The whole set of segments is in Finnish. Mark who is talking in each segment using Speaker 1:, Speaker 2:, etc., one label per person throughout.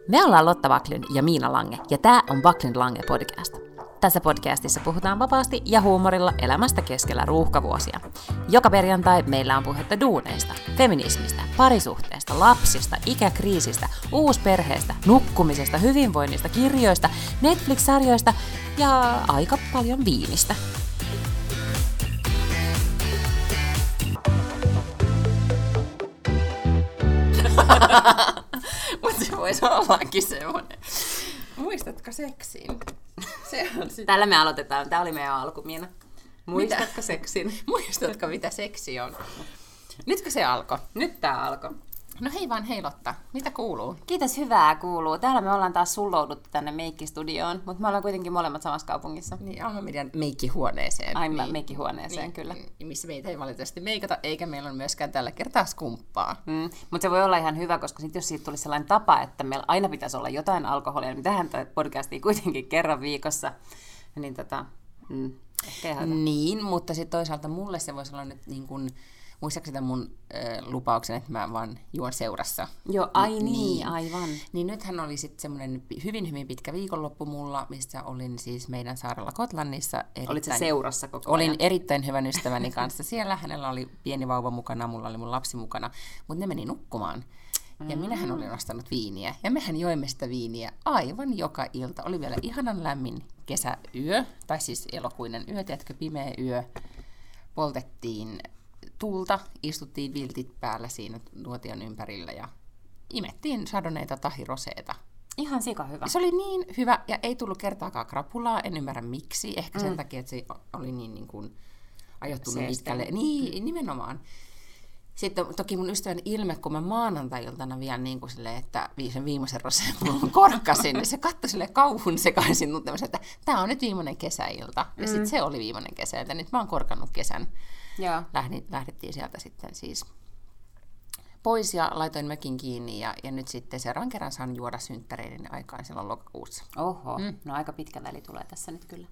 Speaker 1: Me ollaan Lotta Backlund ja Miina Lange, ja tää on Backlund Lange podcast. Tässä podcastissa puhutaan vapaasti ja huumorilla elämästä keskellä ruuhkavuosia. Joka perjantai meillä on puhetta duuneista, feminismistä, parisuhteesta, lapsista, ikäkriisistä, uusperheestä, nukkumisesta, hyvinvoinnista, kirjoista, Netflix-sarjoista ja aika paljon viinistä.
Speaker 2: Mutta se voisi ollakin semmoinen. Muistatko seksin? Se on sit...
Speaker 1: Tällä me aloitetaan. Tämä oli meidän alku, Miina. Muistatko seksin?
Speaker 2: Muistatko, mitä seksi on? Nytkö se alkoi?
Speaker 1: Nyt tää alkoi.
Speaker 2: No hei vaan, hei Lotta. Mitä kuuluu?
Speaker 1: Kiitos, hyvää kuuluu. Täällä me ollaan taas sullouduttu tänne meikkistudioon, mutta me ollaan kuitenkin molemmat samassa kaupungissa.
Speaker 2: Niin, aivan meidän meikkihuoneeseen.
Speaker 1: Aivan niin, meikkihuoneeseen, niin, kyllä.
Speaker 2: Missä meitä ei valitettavasti meikata, eikä meillä ole myöskään tällä kertaa skumppaa.
Speaker 1: Mutta se voi olla ihan hyvä, koska sit jos siitä tulisi sellainen tapa, että meillä aina pitäisi olla jotain alkoholia, niin tähän podcastiin kuitenkin kerran viikossa, niin ehkä ihan hyvä.
Speaker 2: Niin, mutta sitten toisaalta mulle se voisi olla nyt niin kuin... Muistatko sitä mun lupauksen, että mä vaan juon seurassa?
Speaker 1: Joo, niin, aivan.
Speaker 2: Niin nythän oli sitten semmoinen hyvin pitkä viikonloppu mulla, missä olin siis meidän saarella Kotlannissa.
Speaker 1: Olitko seurassa koko
Speaker 2: ajan?
Speaker 1: Olin
Speaker 2: erittäin hyvän ystäväni kanssa siellä. Hänellä oli pieni vauva mukana, mulla oli mun lapsi mukana, mutta ne meni nukkumaan. Ja minähän olin ostanut viiniä. Ja mehän joimme sitä viiniä aivan joka ilta. Oli vielä ihanan lämmin kesäyö, tai siis elokuinen yö, tiedätkö, pimeä yö. Poltettiin tulta, istuttiin viltit päällä siinä nuotion ympärillä ja imettiin chardonnayta tahi roseeta.
Speaker 1: Ihan sika hyvä.
Speaker 2: Se oli niin hyvä ja ei tullut kertaakaan krapulaa, en ymmärrä miksi. Ehkä sen takia, että se oli niin kuin ajoittunut pitkälle. Niin, nimenomaan. Sitten toki mun ystävän ilme, kun mä maanantai-iltana vielä niin kuin silleen, että sen viimeisen roseen mulla korkkasin, niin se katsoi silleen kauhun sekaisin, että tää on nyt viimeinen kesäilta. Ja sitten se oli viimeinen kesäilta, nyt mä oon korkannut kesän. Joo. Lähdettiin sieltä sitten siis pois ja laitoin mökin kiinni ja nyt sitten seuraavan kerran saan juoda synttäreiden aikaan silloin lokakuussa.
Speaker 1: Oho, no aika pitkä väli tulee tässä nyt kyllä.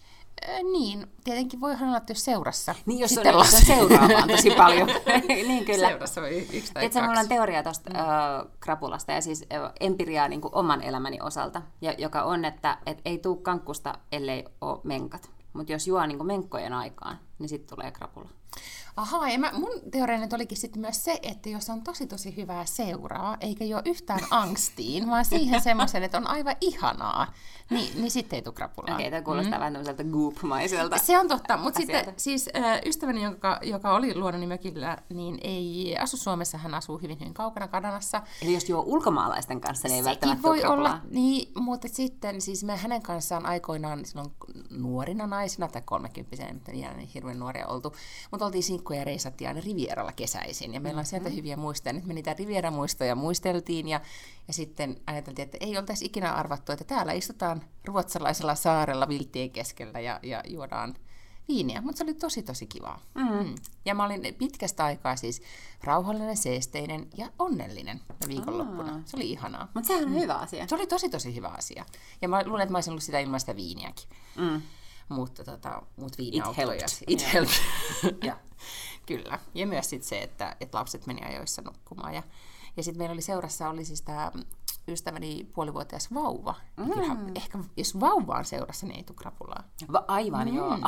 Speaker 2: Niin, tietenkin voi sanoa, että jos seurassa.
Speaker 1: Niin, jos on seuraavaan tosi paljon. Niin kyllä.
Speaker 2: Seurassa voi yksi tai kaksi.
Speaker 1: Tiedätkö, mulla on teoria tuosta krapulasta ja siis empiriaa niin kuin oman elämäni osalta, joka on, että ei tule kankkusta, ellei ole menkat. Mutta jos juo niin kuin menkkojen aikaan, niin sitten tulee krapula.
Speaker 2: Ahaa, ja mun teoriani olikin sitten myös se, että jos on tosi hyvää seuraa, eikä juo yhtään angstiin, vaan siihen semmoisen, että on aivan ihanaa, niin sitten ei tule krapulaa.
Speaker 1: Okei, tämä kuulostaa vähän tämmöiseltä goop-maiselta.
Speaker 2: Se on totta, mutta sitten siis ystäväni, joka oli luonnonimökillä, niin ei asu Suomessa, hän asuu hyvin kaukana Kanadassa.
Speaker 1: Eli jos juo ulkomaalaisten kanssa, niin ei välttämättä
Speaker 2: voi olla, niin, mutta sitten siis me hänen kanssaan aikoinaan silloin nuorina naisina, tai 30-vuotiaana, nyt ei niin hirveän nuoria oltu, mutta oltiin sinkkuja ja reisattiin aina Rivieralla kesäisin, ja meillä on sieltä hyviä muistoja. Nyt me niitä Riviera-muistoja muisteltiin, ja sitten ajateltiin, että ei oltaisi ikinä arvattu, että täällä istutaan ruotsalaisella saarella vilttien keskellä ja juodaan viiniä, mutta se oli tosi kivaa. Ja mä olin pitkästä aikaa siis rauhallinen, seesteinen ja onnellinen viikonloppuna. Se oli ihanaa.
Speaker 1: Mutta sehän on hyvä asia.
Speaker 2: Se oli tosi hyvä asia. Ja mä luulen, että mä olisin ollut sitä ilman sitä viiniäkin. Mutta viini auttoi. It helped. Ja, kyllä. Ja myös sit se, että lapset meni ajoissa nukkumaan. Ja sitten meillä oli seurassa siis tämä ystäväni puolivuotias vauva. Kyllähän, ehkä jos vauva on seurassa, niin ei tule krapulaa.
Speaker 1: Aivan, joo.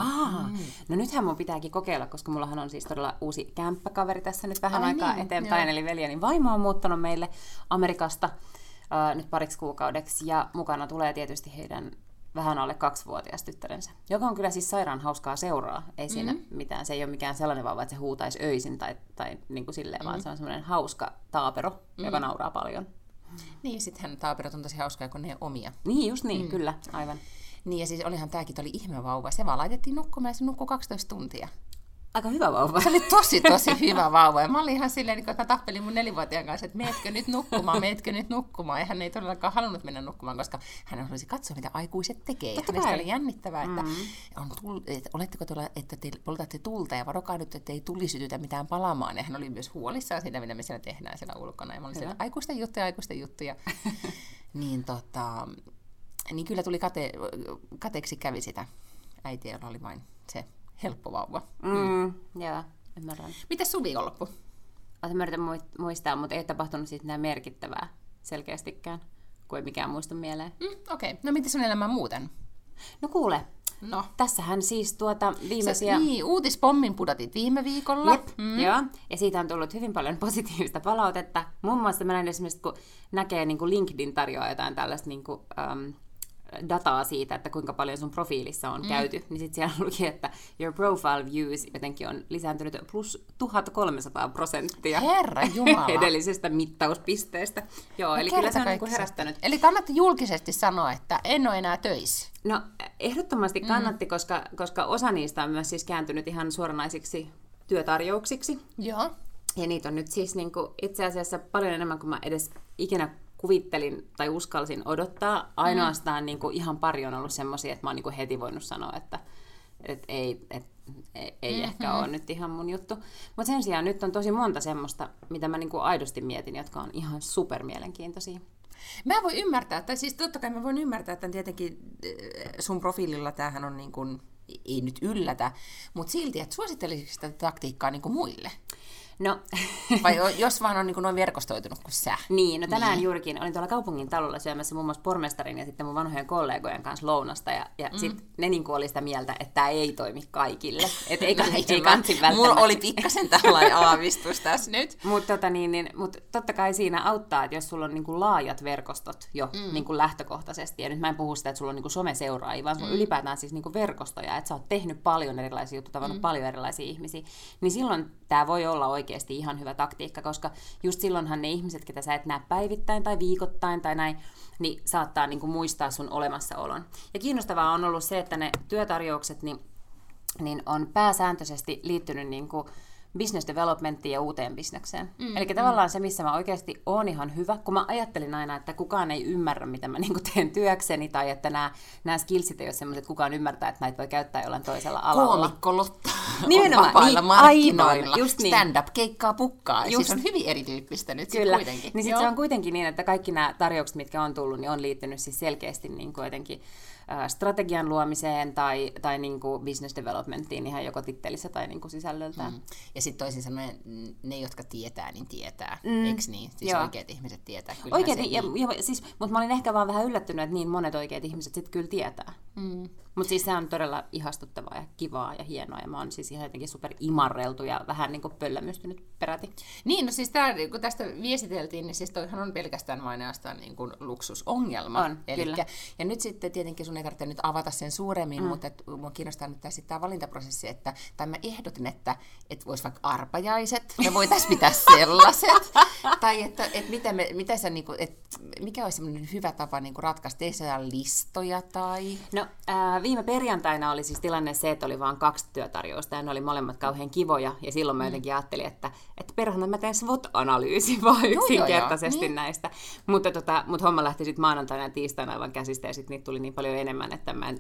Speaker 1: No nythän mun pitääkin kokeilla, koska mullahan on siis todella uusi kämppäkaveri tässä nyt vähän aikaa eteenpäin. Eli veljeni vaimo on muuttanut meille Amerikasta nyt pariksi kuukaudeksi. Ja mukana tulee tietysti heidän vähän alle 2-vuotias tyttärensä, joka on kyllä siis sairaan hauskaa seuraa. Ei siinä mitään, se ei ole mikään sellainen vauva, että se huutaisi öisin tai niin kuin silleen, vaan se on semmoinen hauska taapero, joka nauraa paljon.
Speaker 2: Niin, sittenhän taaperot on tosi hauskaa, kun ne on omia.
Speaker 1: Niin, just niin, kyllä, aivan.
Speaker 2: Niin, ja siis olihan tääkin, oli ihmevauva. Se vaan laitettiin nukkumaan ja se nukkui 12 tuntia.
Speaker 1: Aika hyvä vauva.
Speaker 2: Se oli tosi hyvä vauva. Ja mä olin ihan silleen, että mä tappelin mun 4-vuotiaan kanssa, että meetkö nyt nukkumaan. Ja hän ei todellakaan halunnut mennä nukkumaan, koska hän halusi katsoa, mitä aikuiset tekee. Hänestä oli jännittävää, että oletteko tuolla, että te poltatte tulta ja varokaa nyt, että ei tuli sytytä mitään palamaan. Ja hän oli myös huolissaan siitä, mitä me siellä tehdään siellä ulkona. Ja mä olin siellä aikuisten juttuja. Niin kyllä tuli kateeksi kävi sitä äitiä, jolla oli vain se helppo vauva.
Speaker 1: Joo, ymmärrän.
Speaker 2: Mites sun viikonloppu?
Speaker 1: Mä yritän muistaa, mutta ei tapahtunut siitä mitään merkittävää selkeästikään. kun ei mikään muistu mieleen.
Speaker 2: Okei. No miten sun elämä muuten?
Speaker 1: No kuule, tässähän siis viimeisiä...
Speaker 2: uutispommin pudotit viime viikolla.
Speaker 1: Jep, joo. Ja siitä on tullut hyvin paljon positiivista palautetta. Muun muassa mä näin esimerkiksi, kun näkee niin kuin LinkedIn tarjoaa jotain tällaista niin kuin, dataa siitä, että kuinka paljon sun profiilissa on käyty, niin sitten siellä luki, että your profile views jotenkin on lisääntynyt plus 1300%
Speaker 2: Herra Jumala.
Speaker 1: edellisestä mittauspisteestä. Joo, eli kyllä se on niin kuin herättänyt.
Speaker 2: Eli kannatti julkisesti sanoa, että en ole enää töissä.
Speaker 1: No, ehdottomasti kannatti, koska osa niistä on myös siis kääntynyt ihan suoranaisiksi työtarjouksiksi.
Speaker 2: Joo.
Speaker 1: Ja niitä on nyt siis niin kuin itse asiassa paljon enemmän kuin mä edes ikinä kuvittelin tai uskalsin odottaa. Ainoastaan niin kuin ihan pari on ollut semmoisia, että mä oon niin kuin heti voinut sanoa, että ei ehkä ole nyt ihan mun juttu. Mutta sen sijaan nyt on tosi monta semmoista, mitä mä niin kuin aidosti mietin, jotka on ihan supermielenkiintoisia.
Speaker 2: Mä voin ymmärtää, tai siis totta kai mä voin ymmärtää, että tietenkin sun profiililla tämähän on niin kuin, ei nyt yllätä, mutta silti, että suosittelisitko sitä taktiikkaa niin kuin muille?
Speaker 1: No.
Speaker 2: Vai jos vaan on niin kuin noin verkostoitunut kuin sä?
Speaker 1: Niin, no tänään juurikin olin tuolla kaupungin talolla syömässä muun muassa pormestarin ja sitten mun vanhojen kollegojen kanssa lounasta. Ja sitten ne niin kuin oli sitä mieltä, että tämä ei toimi kaikille. Että ei kansi välttämättä.
Speaker 2: Mulla oli pikkasen tällainen aavistus tässä nyt.
Speaker 1: Mutta totta kai siinä auttaa, että jos sulla on niin kuin laajat verkostot jo niin kuin lähtökohtaisesti. Ja nyt mä en puhu sitä, että sulla on niin kuin someseuraajia, vaan sulla on ylipäätään siis niin kuin verkostoja. Että sä oot tehnyt paljon erilaisia juttuja, tavannut paljon erilaisia ihmisiä. Niin silloin tämä voi olla oikeasti ihan hyvä taktiikka, koska just silloinhan ne ihmiset, ketä sä et näe päivittäin tai viikoittain tai näin, niin saattaa niin kuin muistaa sun olemassaolon. Ja kiinnostavaa on ollut se, että ne työtarjoukset niin on pääsääntöisesti liittynyt niin kuin business developmenttiin ja uuteen bisnekseen. Eli tavallaan se, missä mä oikeasti oon ihan hyvä, kun mä ajattelin aina, että kukaan ei ymmärrä, mitä mä niinku teen työkseni, tai että nämä skillsit ei ole sellaiset, että kukaan ymmärtää, että näitä voi käyttää jollain toisella alalla.
Speaker 2: Koomikko Lotta
Speaker 1: on
Speaker 2: vapailla markkinoilla.
Speaker 1: Just niin.
Speaker 2: Stand-up-keikkaa pukkaa. Siis on hyvin erityyppistä nyt
Speaker 1: kyllä.
Speaker 2: Kuitenkin.
Speaker 1: Niin sit se on kuitenkin niin, että kaikki nämä tarjoukset, mitkä on tullut, niin on liittynyt siis selkeästi niin kuin jotenkin strategian luomiseen tai niin kuin business developmenttiin ihan joko tittelissä tai niin kuin sisällöltään.
Speaker 2: Ja sitten toisin sanoen, ne, jotka tietää, niin tietää. Eikö niin? Siis oikeat ihmiset tietää.
Speaker 1: Oikeat, siis, mutta mä olin ehkä vaan vähän yllättynyt, että niin monet oikeat ihmiset sitten kyllä tietää. Mutta siis se on todella ihastuttavaa ja kivaa ja hienoa. Ja mä oon siis ihan jotenkin super imarreltu ja vähän niin kuin pöllämystynyt peräti.
Speaker 2: Niin, no siis kun tästä viestiteltiin, niin siis toihan on pelkästään vain niin kuin luksusongelma.
Speaker 1: On, kyllä.
Speaker 2: Ja nyt sitten tietenkin sun ei tarvitse nyt avata sen suuremmin, mutta mua kiinnostaa nyt tämä valintaprosessi, tai mä ehdotin, että vois vaikka arpajaiset, me voitaisiin pitää sellaiset, tai että mitä sä, niinku, mikä olisi semmoinen hyvä tapa niinku ratkaista, ei siellä listoja tai...
Speaker 1: No, viime perjantaina oli siis tilanne se, että oli vain 2 työtarjousta, ja ne oli molemmat kauhean kivoja, ja silloin mä jotenkin ajattelin, että perhana mä teen SWOT-analyysin vaan yksinkertaisesti näistä. Mutta homma lähti sitten maanantaina ja tiistaina aivan käsistä, ja sitten niitä tuli niin paljon enemmän, että mä en...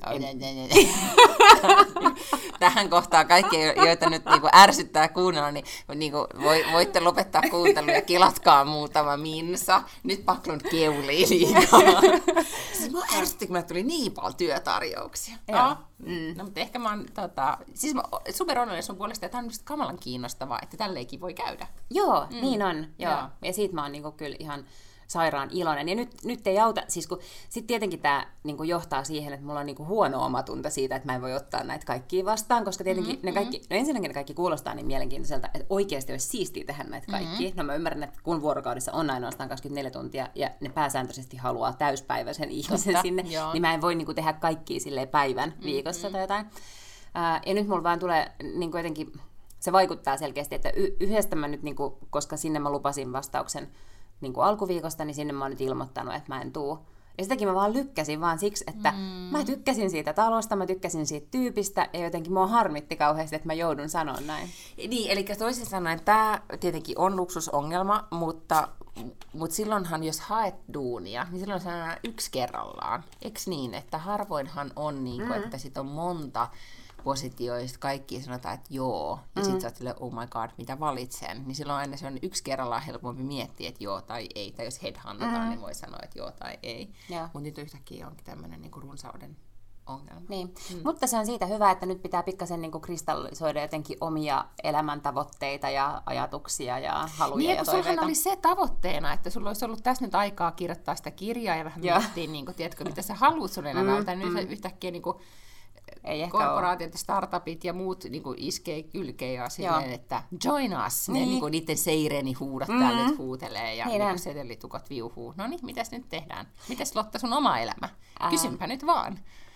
Speaker 2: Tähän kohtaan kaikki, joita nyt niinku ärsyttää kuunnella, niin niinku voitte lopettaa kuuntelun ja kilatkaa muutama minsa. Nyt paklun keulii liikaa. Siis mua ärsytti, kun tuli niin paljon työtarjouksia. No, mutta ehkä mä oon siis mä super onnellinen sun puolesta, että tämä on just kamalan kiinnostavaa, että tälleenkin voi käydä.
Speaker 1: Joo, niin on. Joo. Ja siitä mä oon niinku kyllä ihan sairaan iloinen. Ja nyt ei auta, siis kun sitten tietenkin tämä niinku johtaa siihen, että mulla on niinku huono omatunto siitä, että mä en voi ottaa näitä kaikkia vastaan, koska tietenkin ne kaikki, no ensinnäkin ne kaikki kuulostaa niin mielenkiintoiselta, että oikeasti olisi siistiä tehdä näitä kaikkia. No mä ymmärrän, että kun vuorokaudessa on ainoastaan 24 tuntia ja ne pääsääntöisesti haluaa täyspäiväisen ihmisen sinne, niin mä en voi niinku tehdä kaikkia silleen päivän viikossa tai jotain. Ja nyt mulla vaan tulee niinku jotenkin, se vaikuttaa selkeästi, että yhdestä mä nyt, niinku, koska sinne mä lupasin vastauksen niin kuin alkuviikosta, niin sinne mä oon nyt ilmoittanut, että mä en tuu. Ja sitäkin mä vaan lykkäsin vaan siksi, että mä tykkäsin siitä talosta, mä tykkäsin siitä tyypistä, ja jotenkin mua harmitti kauheasti, että mä joudun sanoa näin.
Speaker 2: Niin, eli toisin sanoen, tämä tietenkin on luksusongelma, mutta silloinhan, jos haet duunia, niin silloin se on yksi kerrallaan. Eikö niin, että harvoinhan on, niin kuin, että sit on monta positioista, kaikki sanotaan, että joo, ja sitten sä oot silleen, oh my god, mitä valitsen, niin silloin aina se on yksi kerrallaan helpompi miettiä, että joo tai ei, tai jos headhuntataan, niin voi sanoa, että joo tai ei. Mutta nyt yhtäkkiä onkin tämmöinen niinku runsauden ongelma.
Speaker 1: Niin. Mutta se on siitä hyvä, että nyt pitää pikkasen niin kuin kristallisoida jotenkin omia elämäntavoitteita ja ajatuksia ja haluja
Speaker 2: niin,
Speaker 1: ja toiveita.
Speaker 2: Sullahan oli se tavoitteena, että sulla olisi ollut tässä nyt aikaa kirjoittaa sitä kirjaa ja vähän miettiä, niin kuin, tiedätkö, mitä sä haluat sun elämältä. Nyt yhtäkkiä niin kuin, korporaatiot, startupit ja muut niin kuin iskee kylkeen ja silleen, että join us. Niin. Niin kuin niiden seireni huudat täällä nyt huutelee ja niin setelitukot viuhuu. No niin, mitäs nyt tehdään? Mitäs Lotta sun oma elämä? Kysynpä nyt vaan.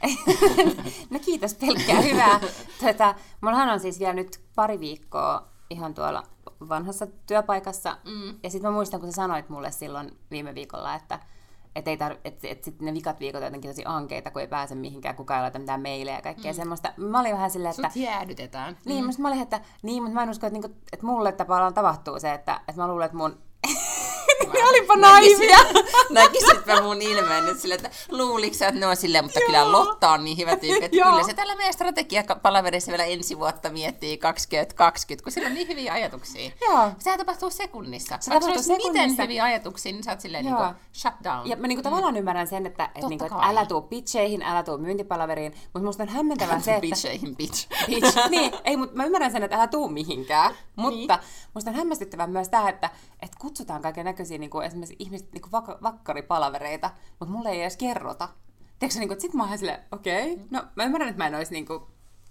Speaker 1: No kiitos, pelkkää hyvää. Mullahan on siis vielä nyt pari viikkoa ihan tuolla vanhassa työpaikassa. Ja sitten mä muistan, kun sä sanoit mulle silloin viime viikolla, että sitten ne vikat viikot on jotenkin tosi ankeita, kun ei pääse mihinkään, kukaan ei laita mitään maileja ja kaikkea semmoista. Mä olin vähän silleen, että...
Speaker 2: Sut jäädytetään.
Speaker 1: Niin, mä olin, että mutta mä en usko, että mulle tavallaan tapahtuu se, että mä luulen, että mun... Olipa naivia!
Speaker 2: Näkisitpä mun ilmeen nyt silleen, että luuliko sä, että ne on silleen, mutta kyllä Lotta on niin hyvä tyyppi, että kyllä se tällä meidän strategiapalaverissa vielä ensi vuotta miettii 2020, kun sillä on niin hyviä ajatuksia.
Speaker 1: Joo.
Speaker 2: Sehän tapahtuu sekunnissa. Vaikka sulla olisi miten hyviä ajatuksia, niin sä oot silleen niin kuin shut down.
Speaker 1: Ja mä niin kuin tavallaan ymmärrän sen, että älä tuu pitcheihin, älä tuu myyntipalaveriin, mutta musta on hämmentävää se, että...
Speaker 2: Pitcheihin, bitch.
Speaker 1: Niin, ei, mutta mä ymmärrän sen, että älä tuu mihinkään, mutta musta on hämmästyttävää myös tämä, että kutsutaan kaiken näköisiä niin kuin esimerkiksi ihmiset niin kuin vakkaripalavereita, mutta mulle ei edes kerrota. Tiedätkö, niin kuin, että sit mä oon silleen, okei, no mä ymmärrän, että mä en olisi niin kuin,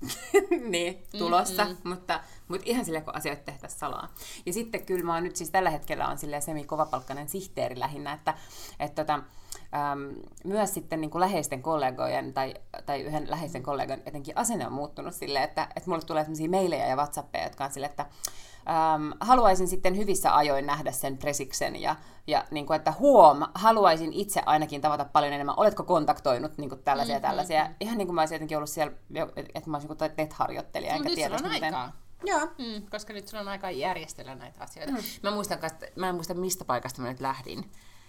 Speaker 1: tulossa, mutta ihan silleen, kun asioita tehtäisiin salaa. Ja sitten kyllä mä oon nyt siis tällä hetkellä on silleen semi-kovapalkkainen sihteeri lähinnä, että myös sitten niin kuin läheisten kollegojen tai yhden läheisen kollegan jotenkin asenne on muuttunut silleen, että mulle tulee sellaisia mailejä ja WhatsAppeja, jotka on silleen, että haluaisin sitten hyvissä ajoin nähdä sen presiksen ja niin kuin, että haluaisin itse ainakin tavata paljon enemmän. Oletko kontaktoinut niin kuin tällaisia ja tällaisia? Ihan niin kuin mä olisin jotenkin ollut siellä, että mä olisin joku TET-harjoittelija, enkä tiedä miten.
Speaker 2: Joo. Koska nyt sulla on aikaa järjestellä näitä asioita. Mä en muista mistä paikasta mä nyt lähdin.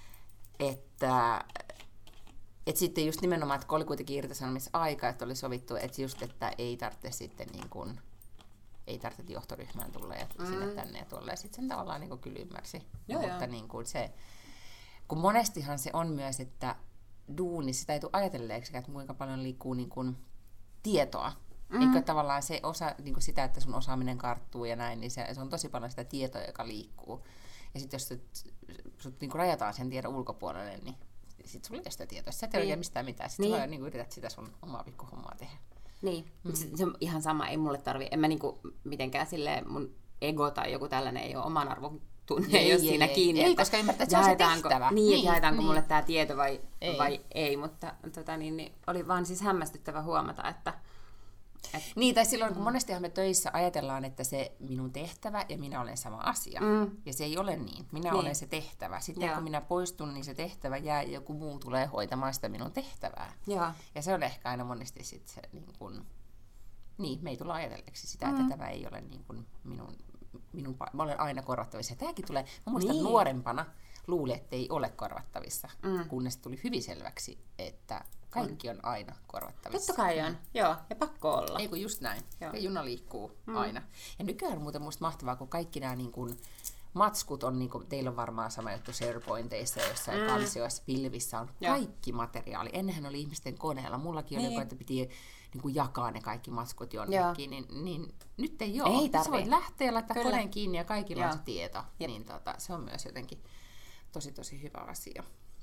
Speaker 2: Että sitten just nimenomaan, että kun oli kuitenkin irtisanomisaika, että oli sovittu, että just, että ei tarvitse sitten niin kuin ei tarvitse johtoryhmään tulla ja sinne tänne ja tuolla. Ja sitten sen tavallaan niin kyllä ymmärsi. Mutta niin kuin se, kun monestihan se on myös, että duunissa sitä ei tule ajatelleeksi, että kuinka paljon liikkuu niin kuin tietoa. Eikö tavallaan se osa, niin kuin sitä, että sun osaaminen karttuu ja näin, niin se on tosi paljon sitä tietoa, joka liikkuu. Ja sitten jos sut niin kuin rajataan sen tiedon ulkopuolelle, niin sitten sulla ei ole sitä tietoa. Sä et oikein mistään mitään. Sitten sä niin yrität sitä sun omaa pikkuhommaa tehdä.
Speaker 1: Niin, se on ihan sama, ei mulle en mä niinku mitenkään silleen, mun ego tai joku tällainen ei ole oman arvon tunne, ei ole siinä kiinni.
Speaker 2: Ei, koska ymmärtää, että se on se tehtävä.
Speaker 1: Niin, jaetaanko mulle tämä tieto vai ei, mutta niin oli vaan siis hämmästyttävä huomata, että...
Speaker 2: Niin, tai silloin, kun monestihan me töissä ajatellaan, että se minun tehtävä ja minä olen sama asia. Ja se ei ole niin. Minä olen se tehtävä. Sitten kun minä poistun, niin se tehtävä jää ja joku muu tulee hoitamaan sitä minun tehtävää. Ja se on ehkä aina monesti sitten se, me ei tulla ajatelleeksi sitä, että tämä ei ole niin kuin mä olen aina korvattavissa. Tämäkin tulee, mä muistan nuorempana luulin, että ei ole korvattavissa, kunnes tuli hyvin selväksi, että kaikki on aina korvattavissa.
Speaker 1: Totta kai on, joo, ja pakko olla.
Speaker 2: Ei kun just näin, ja juna liikkuu aina. Ja nykyään on muuten musta mahtavaa, kun kaikki nämä niin kuin matskut on, niin kuin, teillä on varmaan sama juttu SharePointeissa ja jossain kansioissa, pilvissä on kaikki materiaali. Ennenhän oli ihmisten koneella, mullakin oli joku, että piti niin kuin jakaa ne kaikki matskut jonnekin, niin nyt ei ole.
Speaker 1: Ei tarvitse.
Speaker 2: Sä voit lähteä ja laittaa koneen kiinni ja kaikilla on se tieto. Niin, se on myös jotenkin tosi hyvä asia.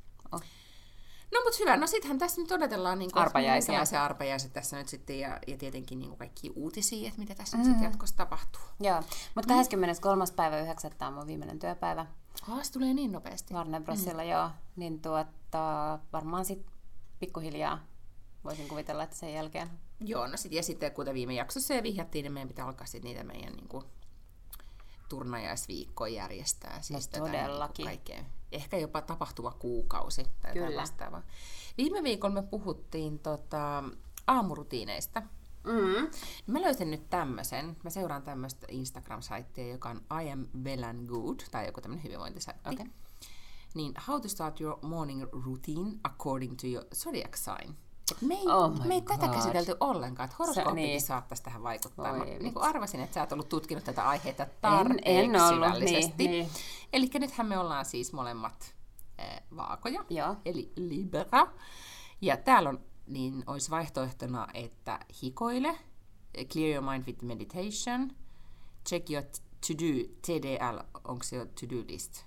Speaker 2: No mut hyvä, no sittenhän tässä nyt odotellaan niin se arpajaiset tässä nyt sitten ja tietenkin niin kaikki uutisia, että mitä tässä nyt sitten jatkossa tapahtuu.
Speaker 1: Joo, mutta 23.9. on mun viimeinen työpäivä.
Speaker 2: Se tulee niin nopeasti.
Speaker 1: Warner Brosilla, joo. Niin varmaan sitten pikkuhiljaa voisin kuvitella, että sen jälkeen.
Speaker 2: Joo, no ja sitten kuten viime jaksossa jo vihjattiin, niin meidän pitää alkaa sitten niitä meidän niin kuin turnajaisviikkoja järjestää. Siis
Speaker 1: todellakin.
Speaker 2: Kaikkea. Ehkä jopa tapahtuva kuukausi tai jotain vastaavaa. Viime viikolla me puhuttiin aamurutiineista. Mä löysin nyt tämmöisen. Mä seuraan tämmöistä Instagram-saittia, joka on I am well and good, tai joku tämmöinen hyvinvointisaitti. Okay. Niin, how to start your morning routine according to your zodiac sign. Me ei tätä käsitelty ollenkaan, että horoskooppikin saattaisi tähän vaikuttaa. Mä niin arvasin, että sä oot ollut tutkinut tätä aihetta tarpeeksi syvällisesti. Niin. Eli nythän me ollaan siis molemmat vaakoja, eli Libra. Ja täällä on niin olisi vaihtoehtona, että hikoile, clear your mind with meditation, check your to-do, TDL, onko se jo to-do list?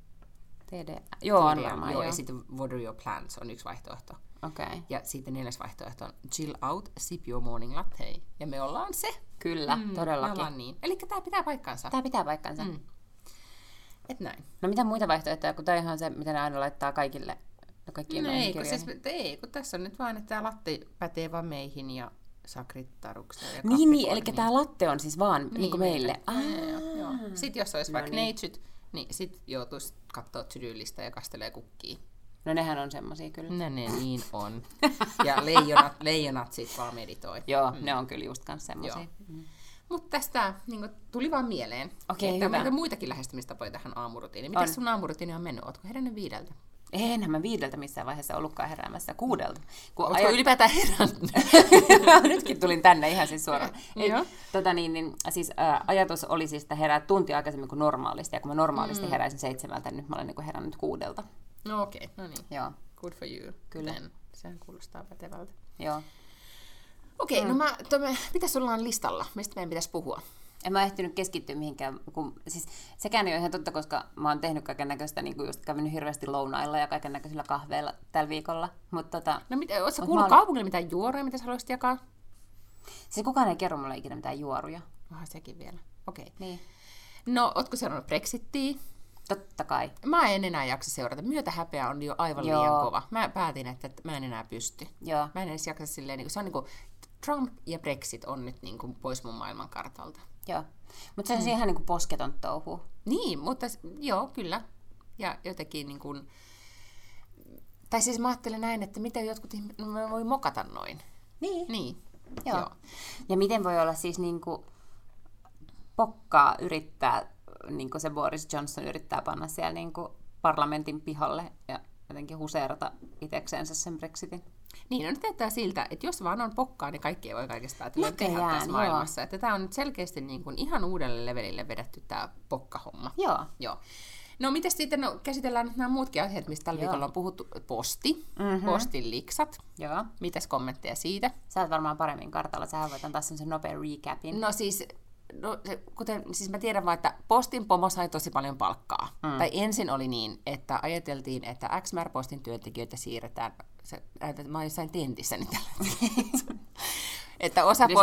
Speaker 1: Joo, on
Speaker 2: TDL,
Speaker 1: varmaan,
Speaker 2: joo. Ja sitten what are your plans on yksi vaihtoehto.
Speaker 1: Okay.
Speaker 2: Ja sitten 4. vaihtoehto on chill out, sip your morning latte. Ja me ollaan se.
Speaker 1: Kyllä, todellakin.
Speaker 2: Me ollaan niin. Eli tämä pitää paikkansa.
Speaker 1: Tämä pitää paikkansa.
Speaker 2: Et näin.
Speaker 1: No mitä muita vaihtoehtoja, kun tämä on se, mitä ne aina laittaa kaikille.
Speaker 2: No ei, kun tässä on nyt vaan, että tämä latte pätee vaan meihin ja sakrittarukseen.
Speaker 1: Niin, eli tämä latte on siis vaan niin meille.
Speaker 2: Joo. Sitten jos olisi vaikka neitsyt, niin sitten joutuisi katsoa to-do-lista ja kastelee kukkia.
Speaker 1: No nehän on semmosia kyllä.
Speaker 2: Ne niin on. Ja leijonat sit vaan meditoi.
Speaker 1: Joo, ne on kyllä just kans semmosia.
Speaker 2: Mutta tästä niin tuli vaan mieleen,
Speaker 1: että
Speaker 2: on muitakin lähestymistapoja tähän aamurutiiniin. Miten sun aamurutiini on mennyt? Ootko herännyt 5?
Speaker 1: Enhän mä 5 missään vaiheessa ollutkaan heräämässä 6.
Speaker 2: Ootko ylipäätään herännyt?
Speaker 1: Nytkin tulin tänne ihan siis suoraan. Siis ajatus oli siis, että herää tunti aikaisemmin kuin normaalisti. Ja kun mä normaalisti heräisin 7, niin nyt mä olen niin herännyt 6.
Speaker 2: No okei, no niin.
Speaker 1: Joo.
Speaker 2: Good for you.
Speaker 1: Kyllä.
Speaker 2: Sehän kuulostaa pätevältä.
Speaker 1: Joo.
Speaker 2: Okei, no mitä sulla on listalla? Mistä meidän pitäisi puhua?
Speaker 1: En mä ehtinyt keskittyä mihinkään, siis sekään ei ole ihan totta, koska mä oon tehnyt kaiken näköistä, niin kuin just kävinyt hirveästi lounailla ja kaiken näköisillä kahveilla tällä viikolla.
Speaker 2: No ootko kuullut kaupungille mitään juoruja, mitä sä haluaisit jakaa?
Speaker 1: Siis kukaan ei kerro mulle ikinä mitään juoruja.
Speaker 2: Aha, sekin vielä. Okei.
Speaker 1: Niin.
Speaker 2: No, ootko seurannut Brexittiä?
Speaker 1: Totta kai.
Speaker 2: Mä en enää jaksa seurata. Myötähäpeä on jo aivan liian kova. Mä päätin, että mä en enää pysty.
Speaker 1: Joo.
Speaker 2: Mä en edes jaksa silleen, se on niin kuin Trump ja Brexit on nyt niin kuin pois mun maailmankartalta.
Speaker 1: Joo. Mutta se on ihan niin kuin posketon touhu.
Speaker 2: Niin, mutta joo, kyllä. Ja jotenkin niin kuin... Tai siis mä ajattelen näin, että miten jotkut ihmiset voi mokata noin. Niin. Joo.
Speaker 1: Ja miten voi olla siis niin kuin pokkaa yrittää, niin kuin se Boris Johnson yrittää panna siellä niin kuin parlamentin pihalle ja jotenkin huseerata itseksensä sen Brexitin.
Speaker 2: Niin, nyt näyttää siltä, että jos vaan on pokkaa, niin kaikki voi kaikesta päätellä tehdä tässä maailmassa. Että tämä on nyt selkeästi niin kuin ihan uudelle levelille vedetty tämä pokkahomma. Joo. No, mitäs sitten käsitellään nämä muutkin aiheet, mistä tällä viikolla on puhuttu. Postin liksat.
Speaker 1: Joo.
Speaker 2: Mitäs kommentteja siitä?
Speaker 1: Sä oot varmaan paremmin kartalla. Sähän voit antaa sen nopean recapin.
Speaker 2: No siis mä tiedän vaan, että Postin pomo sai tosi paljon palkkaa. Tai ensin oli niin, että ajateltiin, että X määrä Postin työntekijöitä siirretään. Mä sain tentissä niin tällä. Että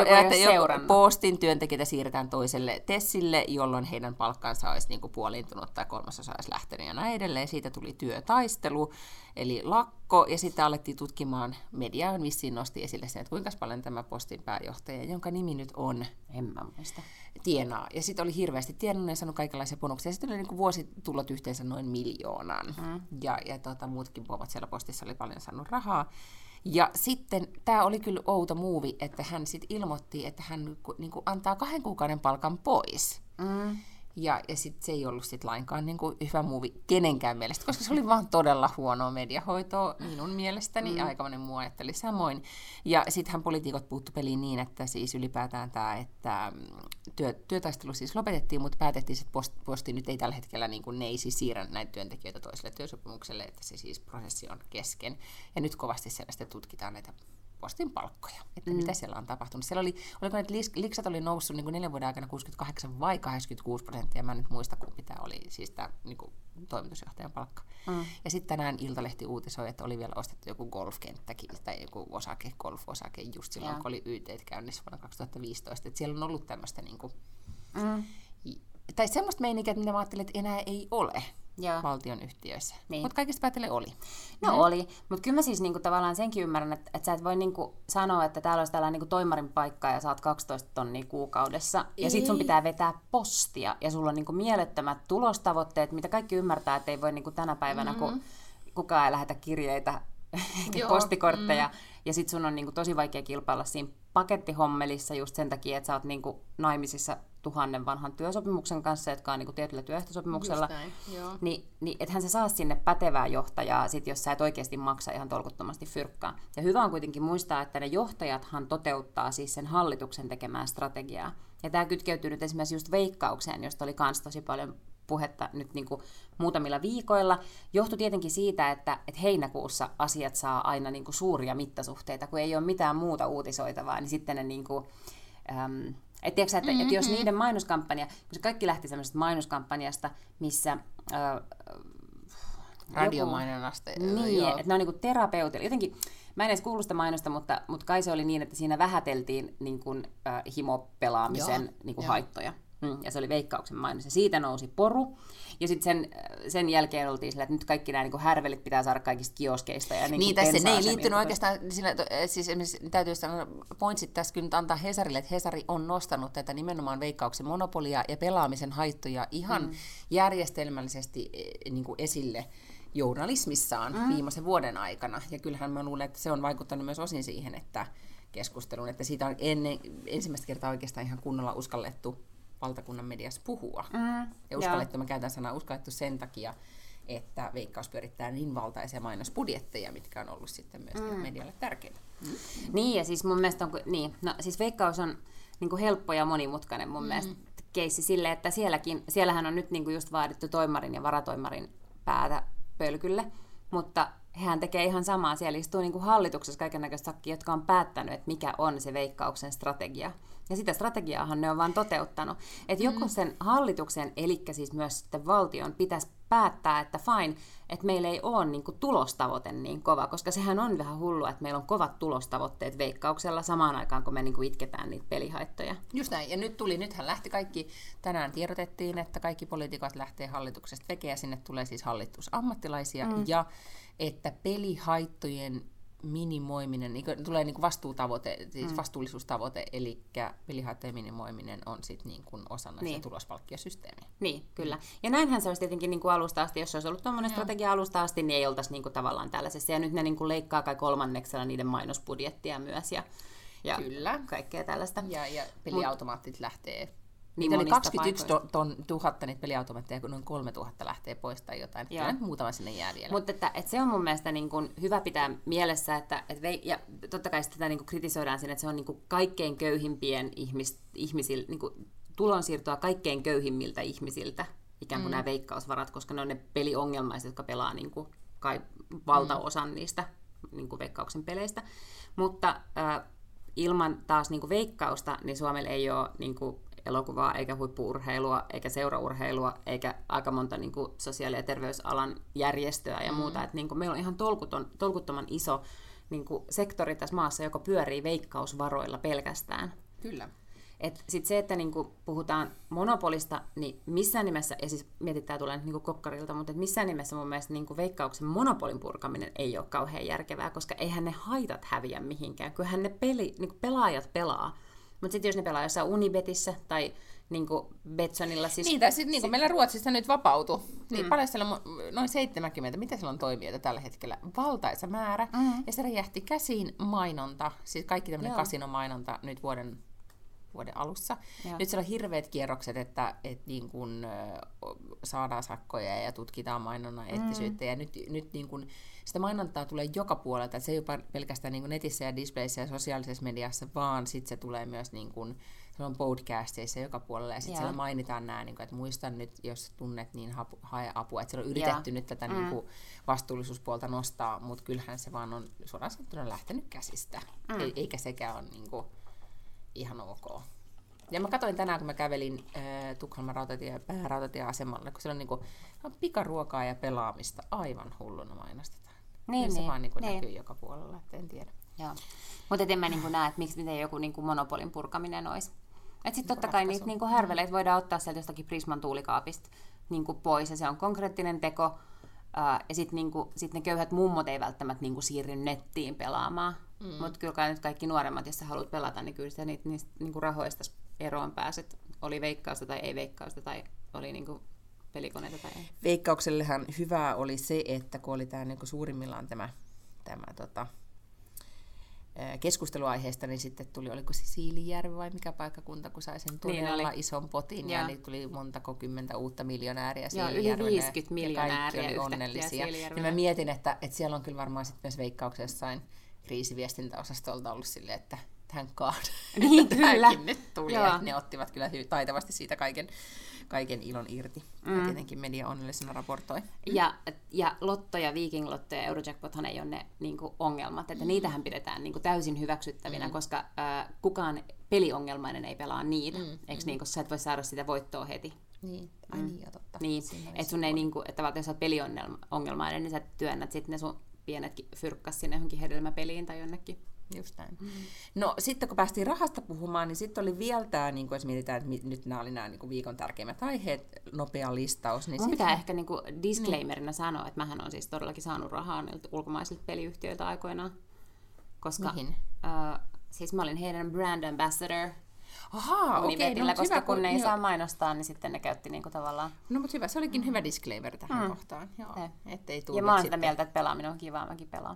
Speaker 2: Postin työntekijöitä siirretään toiselle Tessille, jolloin heidän palkkansa olisi niin kuin puoliintunut tai 1/3 olisi lähtenyt ja näin edelleen. Siitä tuli työtaistelu, eli lakko, ja sitten alettiin tutkimaan. Media vissiin nosti esille sen, että kuinka paljon tämä Postin pääjohtaja, jonka nimi nyt on,
Speaker 1: en mä muista,
Speaker 2: tienaa. Ja sitten oli hirveästi tienannut ja saanut kaikenlaisia bonuksia. Ja sitten oli niin kuin vuositulot yhteensä noin 1 000 000. Ja muutkin pomot siellä Postissa oli paljon saanut rahaa. Ja sitten tämä oli kyllä outo muuvi, että hän sitten ilmoitti, että hän niinku antaa 2 kuukauden palkan pois. Ja sitten se ei ollut sitten lainkaan niinku hyvä muuvi kenenkään mielestä, koska se oli vaan todella huonoa mediahoitoa minun mielestäni, ja aika monen muu ajatteli samoin. Ja sittenhän poliitikot puuttu peliin niin, että siis ylipäätään tämä, että työtaistelu siis lopetettiin, mutta päätettiin, että Posti nyt ei tällä hetkellä, niin kuin, ne ei siis siirrä näitä työntekijöitä toiselle työsopimukselle, että se siis prosessi on kesken. Ja nyt kovasti siellä sitten tutkitaan näitä Postin palkkoja, että mitä siellä on tapahtunut. Siellä oliko ne liksat oli noussut niin kuin 4 vuoden aikana 68 vai 86%, mä en nyt muista kumpi tämä oli, siis tämä niin kuin toimitusjohtajan palkka. Ja sitten tänään Iltalehti uutisoi, että oli vielä ostettu joku golfkenttäkin, tai joku golfosake just silloin, kun oli YT käynnissä vuonna 2015, että siellä on ollut tämmöistä niin kuin, tai semmoista meininkiä, että mitä mä ajattelin, että enää ei ole. Valtion yhtiöissä. Niin. Mutta kaikista päätellen oli.
Speaker 1: No oli, mutta kyllä mä siis niinku tavallaan senkin ymmärrän, että sä et voi niinku sanoa, että täällä olisi tällainen niinku toimarin paikka ja saat 12 tonnia kuukaudessa. Ja sit sun pitää vetää postia ja sulla on niinku mielettömät tulostavoitteet, mitä kaikki ymmärtää, että ei voi niinku tänä päivänä, kun kukaan ei lähetä kirjeitä eikä postikortteja. Ja sit sun on niinku tosi vaikea kilpailla siinä pakettihommelissa just sen takia, että sä oot niinku naimisissa 1000 vanhan työsopimuksen kanssa, jotka on niinku tietyllä työehtosopimuksella. Niin ethän sä saa sinne pätevää johtajaa, sit, jos sä et oikeasti maksa ihan tolkuttomasti fyrkkaa. Ja hyvä on kuitenkin muistaa, että ne johtajathan toteuttaa siis sen hallituksen tekemää strategiaa. Ja tämä kytkeytyy nyt esimerkiksi just Veikkaukseen, josta oli kans tosi paljon puhetta nyt niin kuin muutamilla viikoilla. Johtui tietenkin siitä, että heinäkuussa asiat saa aina niin kuin suuria mittasuhteita, kun ei ole mitään muuta uutisoitavaa, niin sitten ne niin kuin, että jos niiden mainoskampanja, kun se kaikki lähti semmoisesta mainoskampanjasta, missä
Speaker 2: radiomainonnasta.
Speaker 1: Niin, että ne on niinku terapeutilla. Jotenkin, mä en edes kuullut sitä mainosta, mutta kai se oli niin, että siinä vähäteltiin niin kuin, himopelaamisen niin kuin haittoja. Ja se oli Veikkauksen mainos. Ja siitä nousi poru. Ja sitten sen jälkeen oltiin sillä, että nyt kaikki nämä niin härvelit pitää saada kaikista kioskeista. Ja
Speaker 2: niin tässä ne ei liittynyt oikeastaan, siis täytyy sanoa, pointsit tässä kyllä antaa Hesarille, että Hesari on nostanut tätä nimenomaan Veikkauksen monopolia ja pelaamisen haittoja ihan järjestelmällisesti niin kuin esille journalismissaan viimeisen vuoden aikana. Ja kyllähän mä luulen, että se on vaikuttanut myös osin siihen, että keskusteluun, että siitä on ensimmäistä kertaa oikeastaan ihan kunnolla uskallettu valtakunnan mediassa puhua. Ja uskallettu, mä käytän sanaa uskallettu sen takia, että Veikkaus pyörittää niin valtaisia mainosbudjetteja, mitkä on ollut sitten myös medialle tärkeitä.
Speaker 1: Niin, ja siis mun mielestä siis Veikkaus on niin kuin helppo ja monimutkainen mun mielestä keissi sille, että siellähän on nyt niin kuin just vaadittu toimarin ja varatoimarin päätä pölkylle, mutta hehän tekee ihan samaa. Siellä istuu niin kuin hallituksessa kaikennäköistä sakkia, jotka on päättänyt, että mikä on se Veikkauksen strategia. Ja sitä strategiaahan ne on vaan toteuttanut. Että joko sen hallituksen, eli siis myös sitten valtion, pitäisi päättää, että fine, että meillä ei ole niin kuin tulostavoite niin kova, koska sehän on vähän hullua, että meillä on kovat tulostavoitteet Veikkauksella samaan aikaan, kun me niin kuin itketään niitä pelihaittoja.
Speaker 2: Just näin, ja nythän lähti kaikki, tänään tiedotettiin, että kaikki poliitikot lähtee hallituksesta vekeä, ja sinne tulee siis hallitusammattilaisia, ja että pelihaittojen minimoiminen, tulee niin kuin vastuutavoite, siis vastuullisuustavoite, eli pelihaittojen minimoiminen on sitten niin kuin osana sitä tulospalkkiosysteemiä.
Speaker 1: Niin, kyllä. Ja näinhän se olisi tietenkin niin kuin alusta asti, jos se olisi ollut tuommoinen strategia alusta asti, niin ei oltaisi niin kuin tavallaan tällaisessa. Ja nyt ne niin kuin leikkaa kai 3/3 niiden mainosbudjettia myös ja
Speaker 2: kyllä.
Speaker 1: Kaikkea tällaista.
Speaker 2: Ja peliautomaattit lähtee. Niitä oli 21 000 niitä peliautomaatteja, kun noin 3 000 lähtee pois tai jotain. Kyllä nyt muutama sinne jää vielä.
Speaker 1: Mutta että se on mun mielestä niin kuin hyvä pitää mielessä, ja totta kai sitä niin kuin kritisoidaan siinä, että se on niin kuin kaikkein köyhimpien ihmisillä, niin kuin tulonsiirtoa kaikkein köyhimmiltä ihmisiltä, ikään kuin nämä veikkausvarat, koska ne on ne peliongelmaiset, jotka pelaa niin kuin valtaosan niistä niin kuin Veikkauksen peleistä. Mutta ilman taas niin kuin Veikkausta, niin Suomella ei ole niin kuin elokuvaa, eikä huippu-urheilua, eikä seuraurheilua, eikä aika monta niin kuin sosiaali- ja terveysalan järjestöä ja muuta. Et, niin kuin, meillä on ihan tolkuttoman iso niin kuin sektori tässä maassa, joka pyörii veikkausvaroilla pelkästään.
Speaker 2: Kyllä.
Speaker 1: Sitten se, että niin kuin puhutaan monopolista, niin missään nimessä, ja siis mietitään tulee nyt niin kuin kokkarilta, mutta missään nimessä mun mielestä niin kuin Veikkauksen monopolin purkaminen ei ole kauhean järkevää, koska eihän ne haitat häviä mihinkään. Kyllähän ne niin kuin pelaajat pelaa. Mutta sitten jos ne pelaa jossain Unibetissä tai niinku Betssonilla... Siis,
Speaker 2: niin, tai sitten niin kuin meillä Ruotsissa nyt vapautui. Niin paljon siellä on noin 70, mitä siellä on toimijoita tällä hetkellä? Valtaisa määrä. Ja se räjähti käsiin mainonta, siis kaikki tämmöinen kasinomainonta nyt vuoden alussa. Joo. Nyt siellä on hirveät kierrokset, että niin kun, saadaan sakkoja ja tutkitaan mainonnan eettisyyttä. Ja nyt niin kun, sitä mainontaa tulee joka puolelta. Että se ei ole pelkästään niin kun netissä ja displayissa ja sosiaalisessa mediassa, vaan sitten se tulee myös niin kun, se on podcasteissa joka puolella. Ja sitten siellä mainitaan nämä, niin kun, että muista nyt, jos tunnet, niin hae apua. Että siellä on yritetty nyt tätä niin kun, vastuullisuuspuolta nostaa, mutta kyllähän se vaan on suoraan sanottuna lähtenyt käsistä. Eikä sekään ole... Niin kun, ihan ok. Ja mä katsoin tänään, kun mä kävelin Tukholman rautatieasemalle, kun siellä on niinku, pikaruokaa ja pelaamista aivan hulluna mainostetaan. Niin, se vaan niinku näkyy joka puolella, että en tiedä.
Speaker 1: Mutta en mä niinku näe, että miten joku niinku monopolin purkaminen olisi. Että sitten totta kai niitä niinku härveleitä voidaan ottaa sieltä jostakin Prisman tuulikaapista niinku pois, ja se on konkreettinen teko. Ja sitten niinku, ne köyhät mummot ei välttämättä niinku siirry nettiin pelaamaan. Mutta kyllä nyt kaikki nuoremmat, jos sä haluat pelata, niin kyllä sä niistä niinku rahoista eroon pääset. Oli Veikkausta tai ei Veikkausta, tai oli niinku pelikoneita tai ei.
Speaker 2: Veikkauksellehan hyvää oli se, että kun oli tämä niinku suurimmillaan tämä keskusteluaiheesta, niin sitten tuli, oliko se Siilijärvi vai mikä paikkakunta, kun sai sen todella ison potin, ja niin tuli montako 10 uutta miljonääriä Siilijärvelle.
Speaker 1: Yli 50 miljonääriä
Speaker 2: ja kaikki oli onnellisia. Ja mä mietin, että siellä on kyllä varmaan sitten myös Veikkauksessa jossain kriisiviestintäosastolta ollut silleen, että thank god.
Speaker 1: Niin, kyllä.
Speaker 2: Nyt tuli. Ne ottivat kyllä taitavasti siitä kaiken ilon irti. Ja tietenkin media onnellisena raportoi.
Speaker 1: Ja Lotto ja Viking Lotto ja Eurojackpothan ei ole ne niinku ongelmat, että niitähän pidetään niinku täysin hyväksyttävinä, koska kukaan peliongelmainen ei pelaa niitä. Eikö niin, koska sä et voi saada sitä voittoa heti.
Speaker 2: Niin, niin jo totta.
Speaker 1: Niin, että sun ei niinku, että jos sä oot peliongelmainen, niin sä työnnät sitten ne sun pienetkin fyrkkas sinne johonkin hedelmäpeliin tai jonnekin.
Speaker 2: Just näin. No sitten kun päästiin rahasta puhumaan, niin sitten oli vielä tämä, niin jos mietitään, että nyt nämä oli nämä niin viikon tärkeimmät aiheet, nopea listaus. Niin
Speaker 1: mun pitää ehkä niin disclaimerina sanoa, että mähän olen siis todellakin saanut rahaa niiltä ulkomaisilta peliyhtiöiltä aikoinaan. Koska siis mä olin heidän brand ambassador.
Speaker 2: Ahaa, okei.
Speaker 1: No, koska hyvä, kun ne ei saa mainostaa, niin sitten ne käytti niinku tavallaan...
Speaker 2: No mutta hyvä, se olikin hyvä disclaimer tähän kohtaan. Joo, ettei tule
Speaker 1: ja mä oon sitä mieltä, että pelaaminen on kivaa, mäkin pelaan.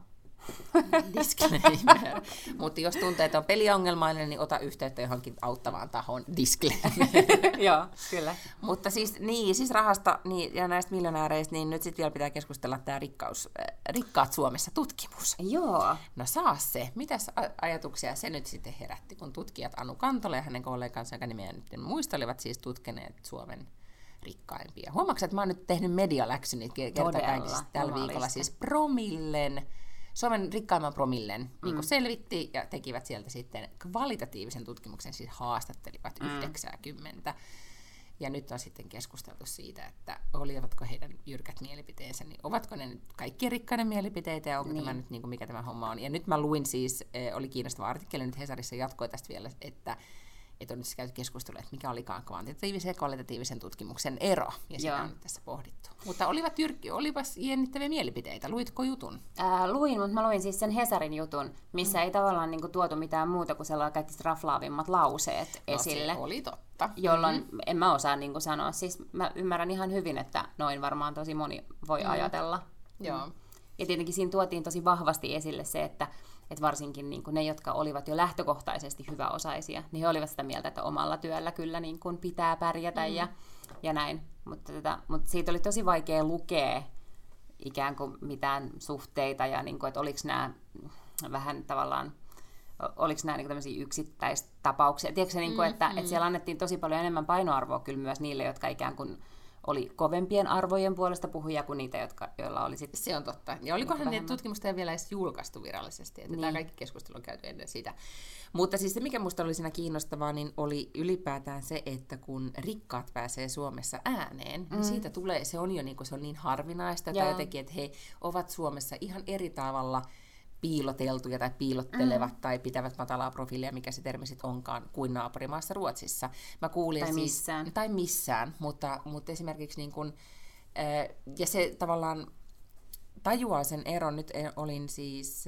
Speaker 2: Disclaimer. Mutta jos tuntee, että on peliongelmainen, niin ota yhteyttä johonkin auttavaan tahoon. Disclaimer.
Speaker 1: Joo, kyllä.
Speaker 2: Mutta siis rahasta ja näistä miljonääreistä, niin nyt sitten vielä pitää keskustella tämä Rikkaat Suomessa -tutkimus.
Speaker 1: Joo.
Speaker 2: No saa se. Mitäs ajatuksia se nyt sitten herätti, kun tutkijat Anu Kantola ja hänen kollegansa, joka nimeä nyt en muista, olivat siis tutkineet Suomen rikkaimpia. Huomaatko, että mä oon nyt tehnyt medialäksyni kertakaikkisesti tällä viikolla, siis promillen. Suomen rikkaimman promillen niin selvitti ja tekivät sieltä sitten kvalitatiivisen tutkimuksen, siis haastattelivat 90. Ja nyt on sitten keskusteltu siitä, että olivatko heidän jyrkät mielipiteensä, niin ovatko ne nyt kaikkien rikkaiden mielipiteitä ja onko tämä nyt niin kuin mikä tämä homma on. Ja nyt mä luin siis, oli kiinnostava artikkeli, nyt Hesarissa jatkoi tästä vielä, että on nyt käyty keskustelua, että mikä olikaan kvantitatiivisen ja kvalitatiivisen tutkimuksen ero, ja sitä on nyt tässä pohdittu. Mutta olivat jännittäviä mielipiteitä. Luitko jutun?
Speaker 1: Luin, mutta mä luin siis sen Hesarin jutun, missä ei tavallaan niinku tuotu mitään muuta kuin sellainen kaikista raflaavimmat lauseet esille.
Speaker 2: Se oli totta.
Speaker 1: Jolloin en mä osaa niinku sanoa. Siis mä ymmärrän ihan hyvin, että noin varmaan tosi moni voi ajatella.
Speaker 2: Joo.
Speaker 1: Ja tietenkin siinä tuotiin tosi vahvasti esille se, että varsinkin niin kuin ne, jotka olivat jo lähtökohtaisesti hyväosaisia, niin he olivat sitä mieltä, että omalla työllä kyllä niin kuin pitää pärjätä ja näin. Mutta siitä oli tosi vaikea lukea ikään kuin mitään suhteita ja niin kuin, että oliko nämä vähän tavallaan, oliko nämä niin tämmöisiä yksittäistapauksia. Tiedätkö niin kuin, että siellä annettiin tosi paljon enemmän painoarvoa kyllä myös niille, jotka ikään kuin oli kovempien arvojen puolesta puhuja kuin niitä, joilla oli sitten...
Speaker 2: Se on totta. Ja olikohan ne tutkimusta vielä edes julkaistu virallisesti, että tämä kaikki keskustelu on käyty ennen sitä. Mutta siis se, mikä musta oli siinä kiinnostavaa, niin oli ylipäätään se, että kun rikkaat pääsee Suomessa ääneen, niin siitä tulee, se on jo niin, se on niin harvinaista, tai jotenkin, että he ovat Suomessa ihan eri tavalla piiloteltuja tai piilottelevat tai pitävät matalaa profiilia, mikä se termi sitten onkaan, kuin naapurimaassa Ruotsissa. Mä kuulin
Speaker 1: tai
Speaker 2: missään, mutta esimerkiksi niin kun, ja se tavallaan tajuaa sen eron. Nyt olin siis,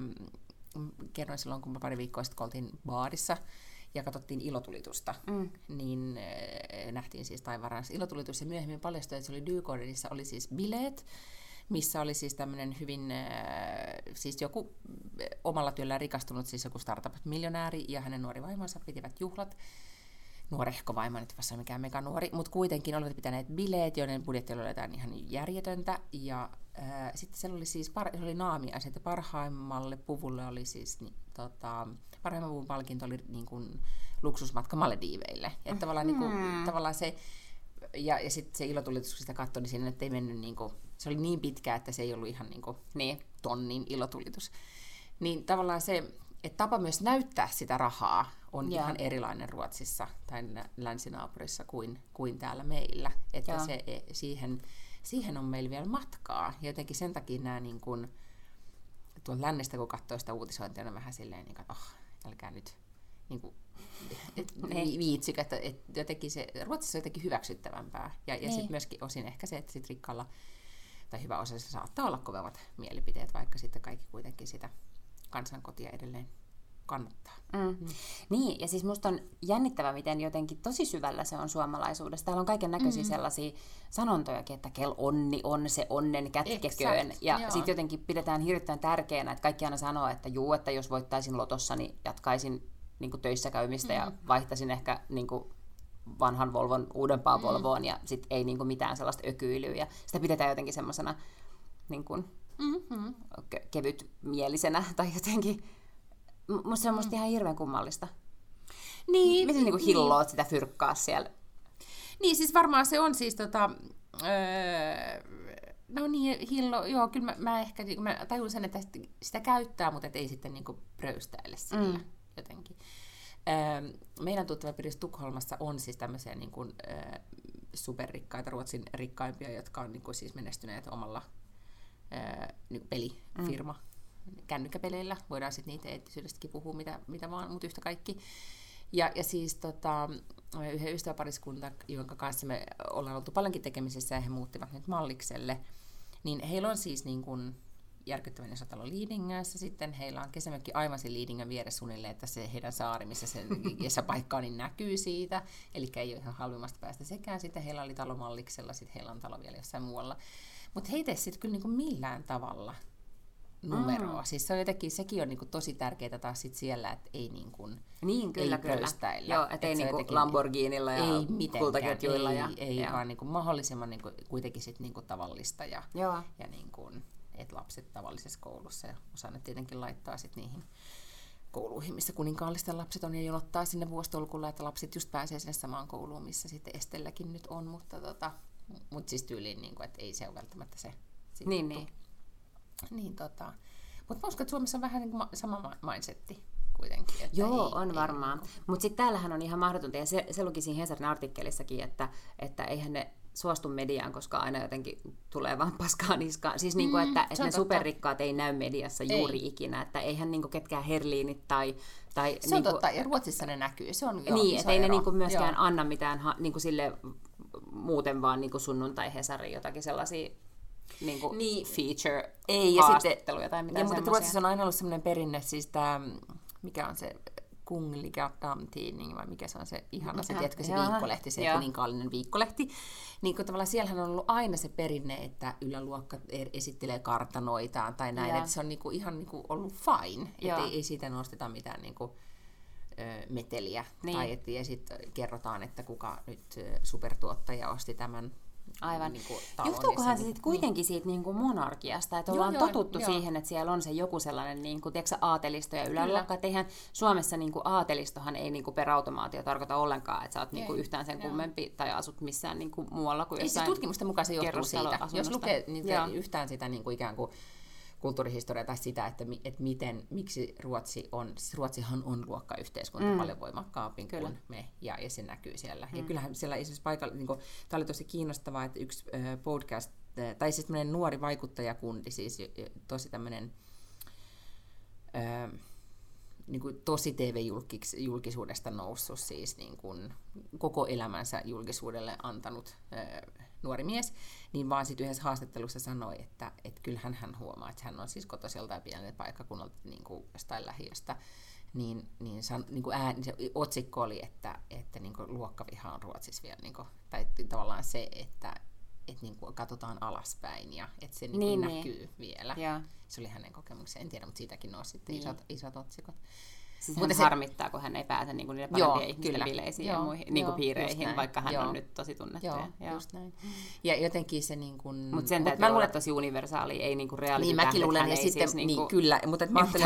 Speaker 2: kerroin silloin, kun mä pari viikkoa sitten oltiin baarissa ja katsottiin ilotulitusta, niin nähtiin siis taivaanrannassa ilotulitus ja myöhemmin paljastui, että se oli Dyrgårdenissa, oli siis bileet, missä oli siis tämmöinen hyvin, siis joku omalla työllään rikastunut, siis joku startup-miljonääri ja hänen nuori vaimonsa pitivät juhlat. Nuorehko vaimo, nyt vasta mikään meganuori, mutta kuitenkin olivat pitäneet bileet, joiden budjetti oli jotain ihan järjetöntä. Ja sitten siellä oli siis, se oli naamiaisia, että parhaimmalle puvulle oli siis, parhaimman puvun palkinto oli niin kuin luksusmatka Malediiveille. Että tavallaan, niin kuin, tavallaan se, ja sitten se ilotulitus, kun sitä katsoi, niin siinä nyt ei mennyt niin kuin, se oli niin pitkä, että se ei ollut ihan niin kuin tonnin ilotulitus. Niin tavallaan se, että tapa myös näyttää sitä rahaa on ihan erilainen Ruotsissa tai länsinaapurissa kuin täällä meillä. Että siihen on meillä vielä matkaa. Ja jotenkin sen takia nämä niin kuin, tuon lännestä, kun katsoo sitä uutisointia, on vähän silleen, niin että älkää nyt niin kuin, viitsikö, että jotenkin se, Ruotsissa on jotenkin hyväksyttävämpää. Ja sitten myöskin osin ehkä se, että sit rikkaalla tai hyväosaisilla saattaa olla kovemmat mielipiteet, vaikka sitten kaikki kuitenkin sitä kansankotia edelleen kannattaa.
Speaker 1: Niin, ja siis musta on jännittävä, miten jotenkin tosi syvällä se on suomalaisuudessa. Täällä on kaiken näköisiä sellaisia sanontojakin, että kel onni on se onnen kätkeköön. Ja sitten jotenkin pidetään hirveän tärkeänä, että kaikki aina sanoo, että että jos voittaisin lotossa, niin jatkaisin niin kuin töissä käymistä ja vaihtaisin ehkä niin kuin vanhan Volvon uudempaan Volvoon ja sitten ei niin kuin mitään sellaista ökyilyä. Ja sitä pidetään jotenkin semmoisena niin kuin kevytmielisenä tai jotenkin. Musta se on musta ihan hirveän kummallista.
Speaker 2: Niin.
Speaker 1: Miten niinku hilloot sitä fyrkkaa siellä?
Speaker 2: Niin, siis varmaan se on siis no niin, hillo, joo, kyllä mä ehkä mä tajun sen, että sitä käyttää, mutta ei sitten niinku pröystäile sillä jotenkin. Meidän tuttavapiirissä Tukholmassa on siis tämmöisiä niin kuin, superrikkaita, Ruotsin rikkaimpia, jotka on niin kuin, siis menestyneet omalla niin pelifirma kännykkäpeleillä. Voidaan sitten niitä eettisyydestäkin puhua, mitä vaan, mutta yhtä kaikki. Ja siis yhden ystäväpariskunta, jonka kanssa me ollaan oltu paljonkin tekemisissä, ja he muuttivat nyt Mallikselle, niin heillä on siis niin kuin järkyttävän iso talo Lidingössä, sitten heillä on kesämökki aivan siinä Lidingön vieressä suunnilleen, että se heidän saari, missä se kesäpaikka on, niin näkyy siitä, eli ei ole ihan halvimmasta päästä sekään. Sitten heillä oli talo Malliksella, sitten heillä on talo vielä jossain muualla. Mutta heitä ei sitten kyllä niinku millään tavalla numeroa. Siis se on jotenkin, sekin on niinku tosi tärkeää taas sit siellä, että ei niinku,
Speaker 1: kyllä. Joo, että ei niinku Lamborghinilla ja kultaketjuilla.
Speaker 2: Ei vaan niinku mahdollisimman niinku, kuitenkin sit niinku tavallista ja niinku, että lapset tavallisessa koulussa, ja osa ne tietenkin laittaa sitten niihin kouluihin, missä kuninkaallisten lapset on, ja jonottaa sinne vuositolkulla, että lapset just pääsee sinne samaan kouluun, missä sitten Estelläkin nyt on, mutta siis tyyliin, niin kuin, että ei se ole välttämättä se.
Speaker 1: Niin.
Speaker 2: Mutta mä uskon, että Suomessa on vähän niin kuin sama mindsetti kuitenkin. Että
Speaker 1: joo, on varmaan. Niin mutta sitten täällähän on ihan mahdotonta, ja se luki siinä Hesarin artikkelissakin, että eihän ne suostu mediaan, koska aina jotenkin tulee vaan paskaa niskaan. Siis niinku, että ne superrikkaat ei näy mediassa juuri ikinä, että eihän niinku ketkään herliinit tai
Speaker 2: se on niinku, totta, ja Ruotsissa ne näkyy. Se on
Speaker 1: niin, että ei ne niinku myöskään anna mitään niinku sille muuten vaan niinku sunnuntai Hesari jotakin sellaisia niinku feature haastatteluja tai mitään semmoisia.
Speaker 2: Mutta Ruotsissa on aina ollut semmoinen perinne, siis tämä, mikä on se Kungliga Damtidning, vai mikä se on se ihana, se, tiedätkö, se viikkolehti, se kuninkaallinen viikkolehti. Niin kun tavallaan siellähän on ollut aina se perinne, että yläluokka esittelee kartanoitaan tai näin, että se on niinku ihan niinku ollut fine, että ei siitä nosteta mitään niinku meteliä. Niin. Tai ja sitten kerrotaan, että kuka nyt supertuottaja osti tämän.
Speaker 1: Aivan.
Speaker 2: Niin
Speaker 1: johtuukohan se sitten kuitenkin siitä niin kuin monarkiasta, että ollaan totuttu siihen, että siellä on se joku sellainen niin kuin, tiedätkö, aatelisto ja yläluokka, että eihän Suomessa niin kuin, aatelistohan ei niin kuin, per automaatio tarkoita ollenkaan, että sä oot niin kuin, yhtään sen kummempi tai asut missään niin kuin, muualla kuin jossain.
Speaker 2: Ei siis tutkimusten mukaan se johtuu siitä. Jos lukee yhtään sitä niin kuin, ikään kuin kulttuurihistoriaa tai sitä, että miksi Ruotsihan on luokkayhteiskunta paljon voimakkaampi kuin me, ja se näkyy siellä. Ja kyllähän siellä esimerkiksi paikalla, niin tämä oli tosi kiinnostavaa, että yksi podcast, tai siis tämmöinen nuori vaikuttajakundi, siis tosi tämmöinen niin kuin tosi TV-julkisuudesta noussut, siis niin kuin koko elämänsä julkisuudelle antanut nuori mies, niin vaan sitten yhdessä haastattelussa sanoi, että kyllähän hän huomaa, että hän on siis kotoiselta ja pieneltä paikkakunnalta niin kuin jostain lähiöstä, niin se otsikko oli, että niin kuin luokkaviha on Ruotsissa vielä, niin kuin, tai tavallaan se, että niin kuin katsotaan alaspäin ja että se niin näkyy vielä. Ja. Se oli hänen kokemuksensa, en tiedä, mutta siitäkin on sitten isot otsikot.
Speaker 1: Siis hän harmittaa, kun hän ei pääse niin kuin niiden parempien ihmisten bileisiin ja muihin niin kuin piireihin, vaikka hän on nyt tosi tunnettu.
Speaker 2: Joo, just näin. Ja jotenkin se niin kuin...
Speaker 1: Mutta sen täytyy olla tosi universaali, ei niin kuin reality-tähdet.
Speaker 2: Niin, mäkin luulen, ja sitten,
Speaker 1: siis
Speaker 2: niin kyllä, mutta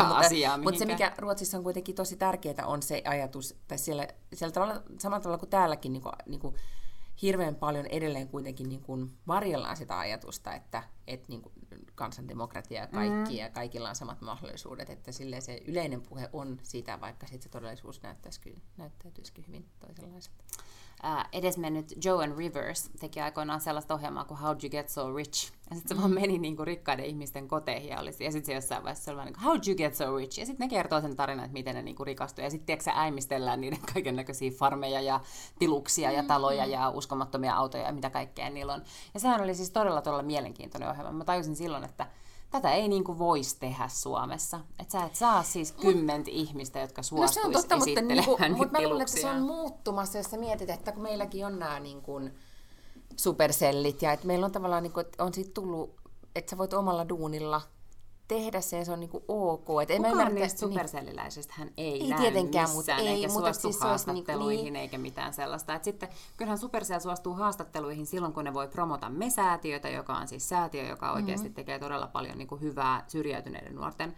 Speaker 2: se mikä Ruotsissa on kuitenkin tosi tärkeää, on se ajatus, tai siellä tavalla, samalla tavalla kuin täälläkin, niin kuin hirveän paljon edelleen kuitenkin niin kuin varjellaan sitä ajatusta, että niin kuin kansandemokratia ja kaikki, ja kaikilla on samat mahdollisuudet, että silleen se yleinen puhe on siitä, vaikka sitten se todellisuus näyttäytyisikin hyvin toisenlaiselta.
Speaker 1: Edesmennyt Joan Rivers teki aikoinaan sellaista ohjelmaa kuin How'd You Get So Rich? Ja sitten se vaan meni niinku rikkaiden ihmisten koteihin ja sitten se jossain vaiheessa se oli vaan niin How'd You Get So Rich? Ja sitten ne kertoo sen tarinan, että miten ne niinku rikastui. Ja sitten tiedätkö äimistellään niiden kaiken näköisiä farmeja ja tiluksia ja taloja ja uskomattomia autoja ja mitä kaikkea niillä on. Ja sehän oli siis todella mielenkiintoinen ohjelma. Mä tajusin silloin, että tätä ei niinku voisi tehdä Suomessa. Että sä et saa siis 10 ihmistä, jotka suostuisi esittelemään
Speaker 2: mutta mä luulen, että se on muuttumassa, jos sä mietit, että kun meilläkin on nämä niinku supersellit, ja että meillä on tavallaan, niinku, että on siitä tullut, että sä voit omalla duunilla tehdä se, ja se on niinku ok.
Speaker 1: Kukaan niistä superselliläisistä hän ei näy
Speaker 2: tietenkään,
Speaker 1: missään, eikä suostu siis haastatteluihin, eikä mitään sellaista. Et sitten, kyllähän Supercell suostuu haastatteluihin silloin, kun ne voi promota Me-säätiötä, joka on siis säätiö, joka oikeasti tekee todella paljon niinku hyvää syrjäytyneiden nuorten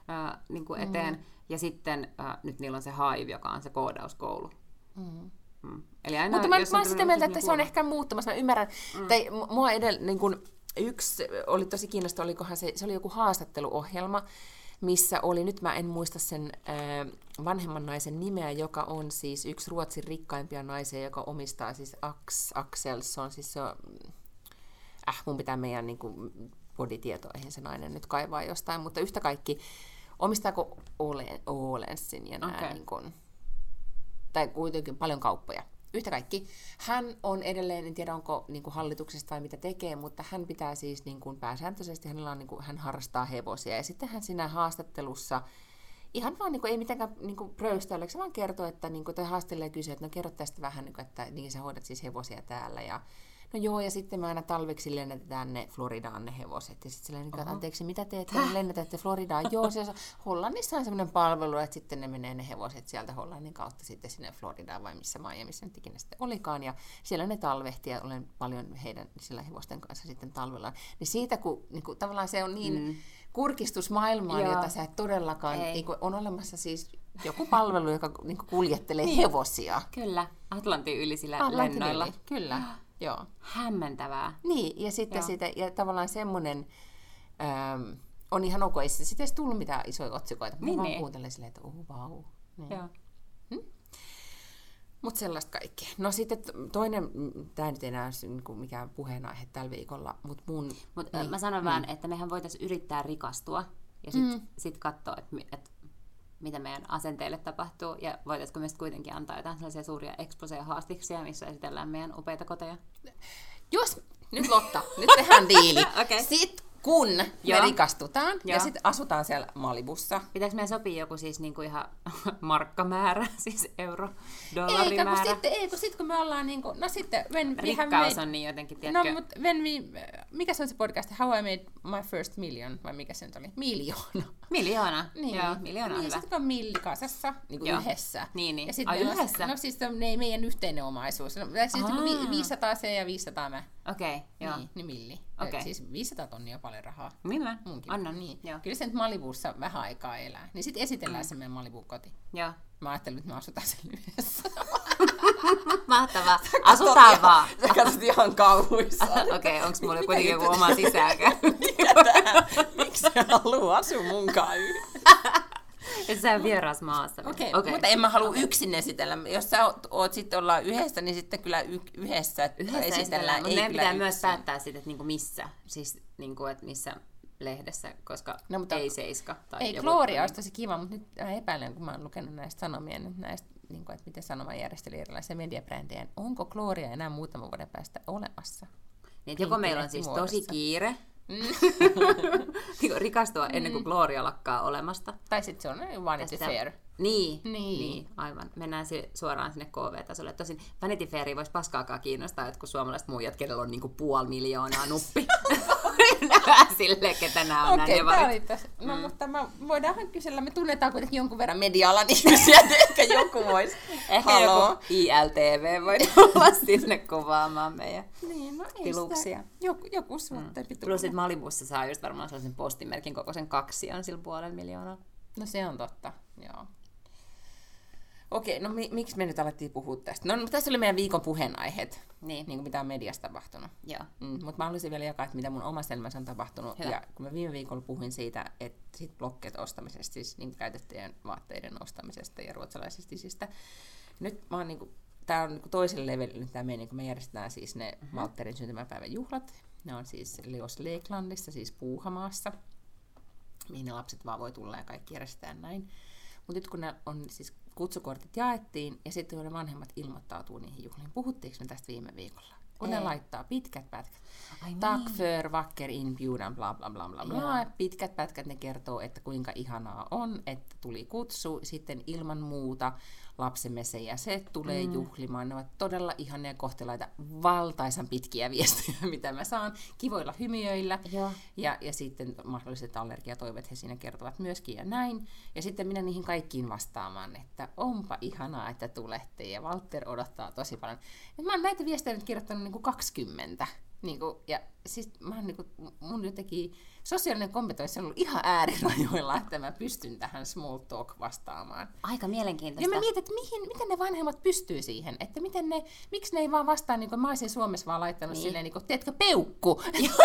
Speaker 1: niin kuin eteen. Ja sitten nyt niillä on se Hive, joka on se koodauskoulu. Eli aina,
Speaker 2: mutta mä oon sitä mieltä, että se on ehkä muuttumassa. Mä ymmärrän, tai mua edellä niin kun yksi oli tosi kiinnostava, olikohan se oli joku haastatteluohjelma, missä oli, nyt mä en muista sen vanhemman naisen nimeä, joka on siis yksi Ruotsin rikkaimpia naisia, joka omistaa siis Axelsson, siis se on, mun pitää meidän niin kuin boditietoihin se nainen nyt kaivaa jostain, mutta yhtä kaikki, omistaako Åhlénsin ja nämä, niin kuin, tai kuitenkin paljon kauppoja. Yhtä kaikki. Hän on edelleen, en tiedä onko niin kuin hallituksesta vai mitä tekee, mutta hän pitää siis niin kuin pääsääntöisesti, hänellä on, niin kuin, hän harrastaa hevosia. Ja sitten hän siinä haastattelussa ihan vaan niin kuin, ei mitenkään niin pröystäille, vaan kertoo, että niin kuin, tai haastelee kysyä, että no kerro tästä vähän, niin kuin, että niin sä hoidat siis hevosia täällä. Ja no joo, ja sitten me aina talveksi lennätetään ne Floridaan ne hevoset. Ja sitten silleen, että anteeksi, mitä teette, kun lennätätte Floridaan? Joo, siis Hollannissa on semmoinen palvelu, että sitten ne menee ne hevoset sieltä Hollannin kautta sitten sinne Floridaan vai missä Miamiissa nyt ikinä sitten olikaan. Ja siellä ne talvehtii ja olen paljon heidän sillä hevosten kanssa sitten talvellaan. Niin siitä, kun niin kuin, tavallaan se on niin kurkistusmaailmaan, jota sä et todellakaan, niin kuin, on olemassa siis joku palvelu, joka niin kuin, kuljettelee hevosia.
Speaker 1: Kyllä, Atlantin yli sillä lennoilla.
Speaker 2: Kyllä. Joo.
Speaker 1: Hämmentävää.
Speaker 2: Niin, ja sitten sitä, ja tavallaan semmoinen on ihan ok, ei sitten edes tullut mitään isoja otsikoita. Mä vaan kuuntelen silleen, että vau. Niin. Mutta sellaista kaikkea. No sitten toinen, tämä nyt ei enää ole mikään puheenaihe tällä viikolla, mutta mun...
Speaker 1: mä sanon vaan, että mehän voitaisiin yrittää rikastua ja sit katsoa, että mitä meidän asenteille tapahtuu, ja voitaisiko me kuitenkin antaa jotain sellaisia suuria exposé-haastiksia, missä esitellään meidän upeita koteja?
Speaker 2: Jos, nyt Lotta, nyt tehdään diili.
Speaker 1: Okay.
Speaker 2: Sitten kun me rikastutaan ja sitten asutaan siellä Malibussa.
Speaker 1: Pitääkö meidän sopia joku siis niinku ihan markkamäärä, siis euro, dollarimäärä?
Speaker 2: Kun sitten kun me ollaan niinku, no sitten...
Speaker 1: Rikkaus on niin jotenkin, tiedätkö?
Speaker 2: No, mutta mikä se on se podcast? How I Made My First Million, vai mikä se nyt oli? Miljoona.
Speaker 1: Niin. Joo, miljoona on hyvä.
Speaker 2: Sitten on milli kasassa, niin kuin yhdessä.
Speaker 1: Niin.
Speaker 2: Ja sitten
Speaker 1: yhdessä?
Speaker 2: No siis on meidän yhteinen omaisuus. No, siis 500 se ja 500 mä.
Speaker 1: Okei, joo.
Speaker 2: Niin milli.
Speaker 1: Okay.
Speaker 2: Siis 500 tonnia on paljon rahaa.
Speaker 1: Millä?
Speaker 2: Munkin.
Speaker 1: Annan.
Speaker 2: Niin. Kyllä se nyt Malibussa vähän aikaa elää. Niin sitten esitellään se meidän Malibu-koti.
Speaker 1: Joo.
Speaker 2: Mä ajattelin, että me asutaan sen yhdessä.
Speaker 1: Mahtavaa. Asutaan vaan.
Speaker 2: Sä katsot ihan kauhuissaan.
Speaker 1: Okei, onks mulla kuitenkin joku oma sisäänkäynti?
Speaker 2: Miksi sä haluaa asua munkaan yhdessä?
Speaker 1: Että sä on vieras maassa.
Speaker 2: Okei, mutta en mä halua yksin esitellä. Jos sä oot sitten ollaan yhdessä, niin sitten kyllä yhdessä esitellään.
Speaker 1: Mutta meidän pitää myös päättää sitten, että niinku missä. Siis niinku, että missä lehdessä, koska ei Seiska. Tai
Speaker 2: ei, Gloria olisi tosi kiva, mutta nyt mä epäilen, kun mä oon lukenut näistä sanomia, nyt näistä, niin kuin, että miten sanoma järjesteli erilaisia mediabrändejä. Onko Gloria enää muutaman vuoden päästä olemassa?
Speaker 1: Niin, joko meillä on siis tosi kiire rikastua ennen kuin Gloria lakkaa olemasta.
Speaker 2: Tai sitten se on Vanity Fair.
Speaker 1: Niin, aivan. Mennään suoraan sinne KV-tasolle. Tosin Vanity Fairia voisi paskaakaan kiinnostaa, että kun suomalaiset muijat, kenellä on niinku 500 000 nuppi. Silleen, ketä nämä on
Speaker 2: näin. No mutta voidaan kysellä, me tunnetaan kuitenkin jonkun verran media-alan ihmisiä, että ehkä joku voisi.
Speaker 1: Ehkä joku ILTV voi tulla sinne kuvaamaan meidän tiluksia.
Speaker 2: Joku suhteempi tulla.
Speaker 1: Plus, että Malibussa saa just varmaan sellaisen postimerkin kokoisen 2 on sillä 500 000.
Speaker 2: No se on totta, joo. Okei, no miksi me nyt alettiin puhua tästä? No tässä oli meidän viikon puheenaiheet, niin kuin mitä on mediassa tapahtunut.
Speaker 1: Joo.
Speaker 2: Mutta mä haluaisin vielä jakaa, että mitä mun omassa elämässä on tapahtunut. Hyvä. Ja kun mä viime viikolla puhuin siitä, että sit blokket ostamisesta, siis niin käytettyjen vaatteiden ostamisesta ja ruotsalaisista isistä. Nyt mä oon tää on toiselle levelille nyt tää meidän, kun me järjestetään siis ne Valtterin syntymäpäivän juhlat. Ne on siis Leos Leklandissa, siis Puuhamaassa, mihin ne lapset vaan voi tulla ja kaikki järjestetään näin. Mutta nyt kun ne on siis kutsukortit jaettiin ja sitten kun ne vanhemmat ilmoittautuu niihin juhliin, puhuttiinko me tästä viime viikolla? Kun ne laittaa pitkät pätkät. Tack för vacker inbjudan, bla bla bla bla bla. Pitkät pätkät, ne kertoo, että kuinka ihanaa on, että tuli kutsu. Sitten ilman muuta lapsemme se ja se tulee juhlimaan. Ne ovat todella ihania kohtelaita, valtaisan pitkiä viestejä, mitä mä saan. Kivoilla hymyöillä. Ja sitten mahdolliset allergiatoiveet he siinä kertovat myöskin ja näin. Ja sitten minä niihin kaikkiin vastaamaan, että onpa ihanaa, että tulette. Ja Walter odottaa tosi paljon. Mä oon näitä viestejä nyt kirjoittanut 20. Niinku, ja siis mun jotenkin sosiaalinen kompetenssi on ollut ihan äärirajoilla, että mä pystyn tähän small talk vastaamaan.
Speaker 1: Aika mielenkiintoista.
Speaker 2: Ja mä mietin, että miten ne vanhemmat pystyy siihen, että miksi ne ei vaan vastaa, niin kuin mä olisin Suomessa vaan laittanut silleen, niin kuin, teetkö peukku?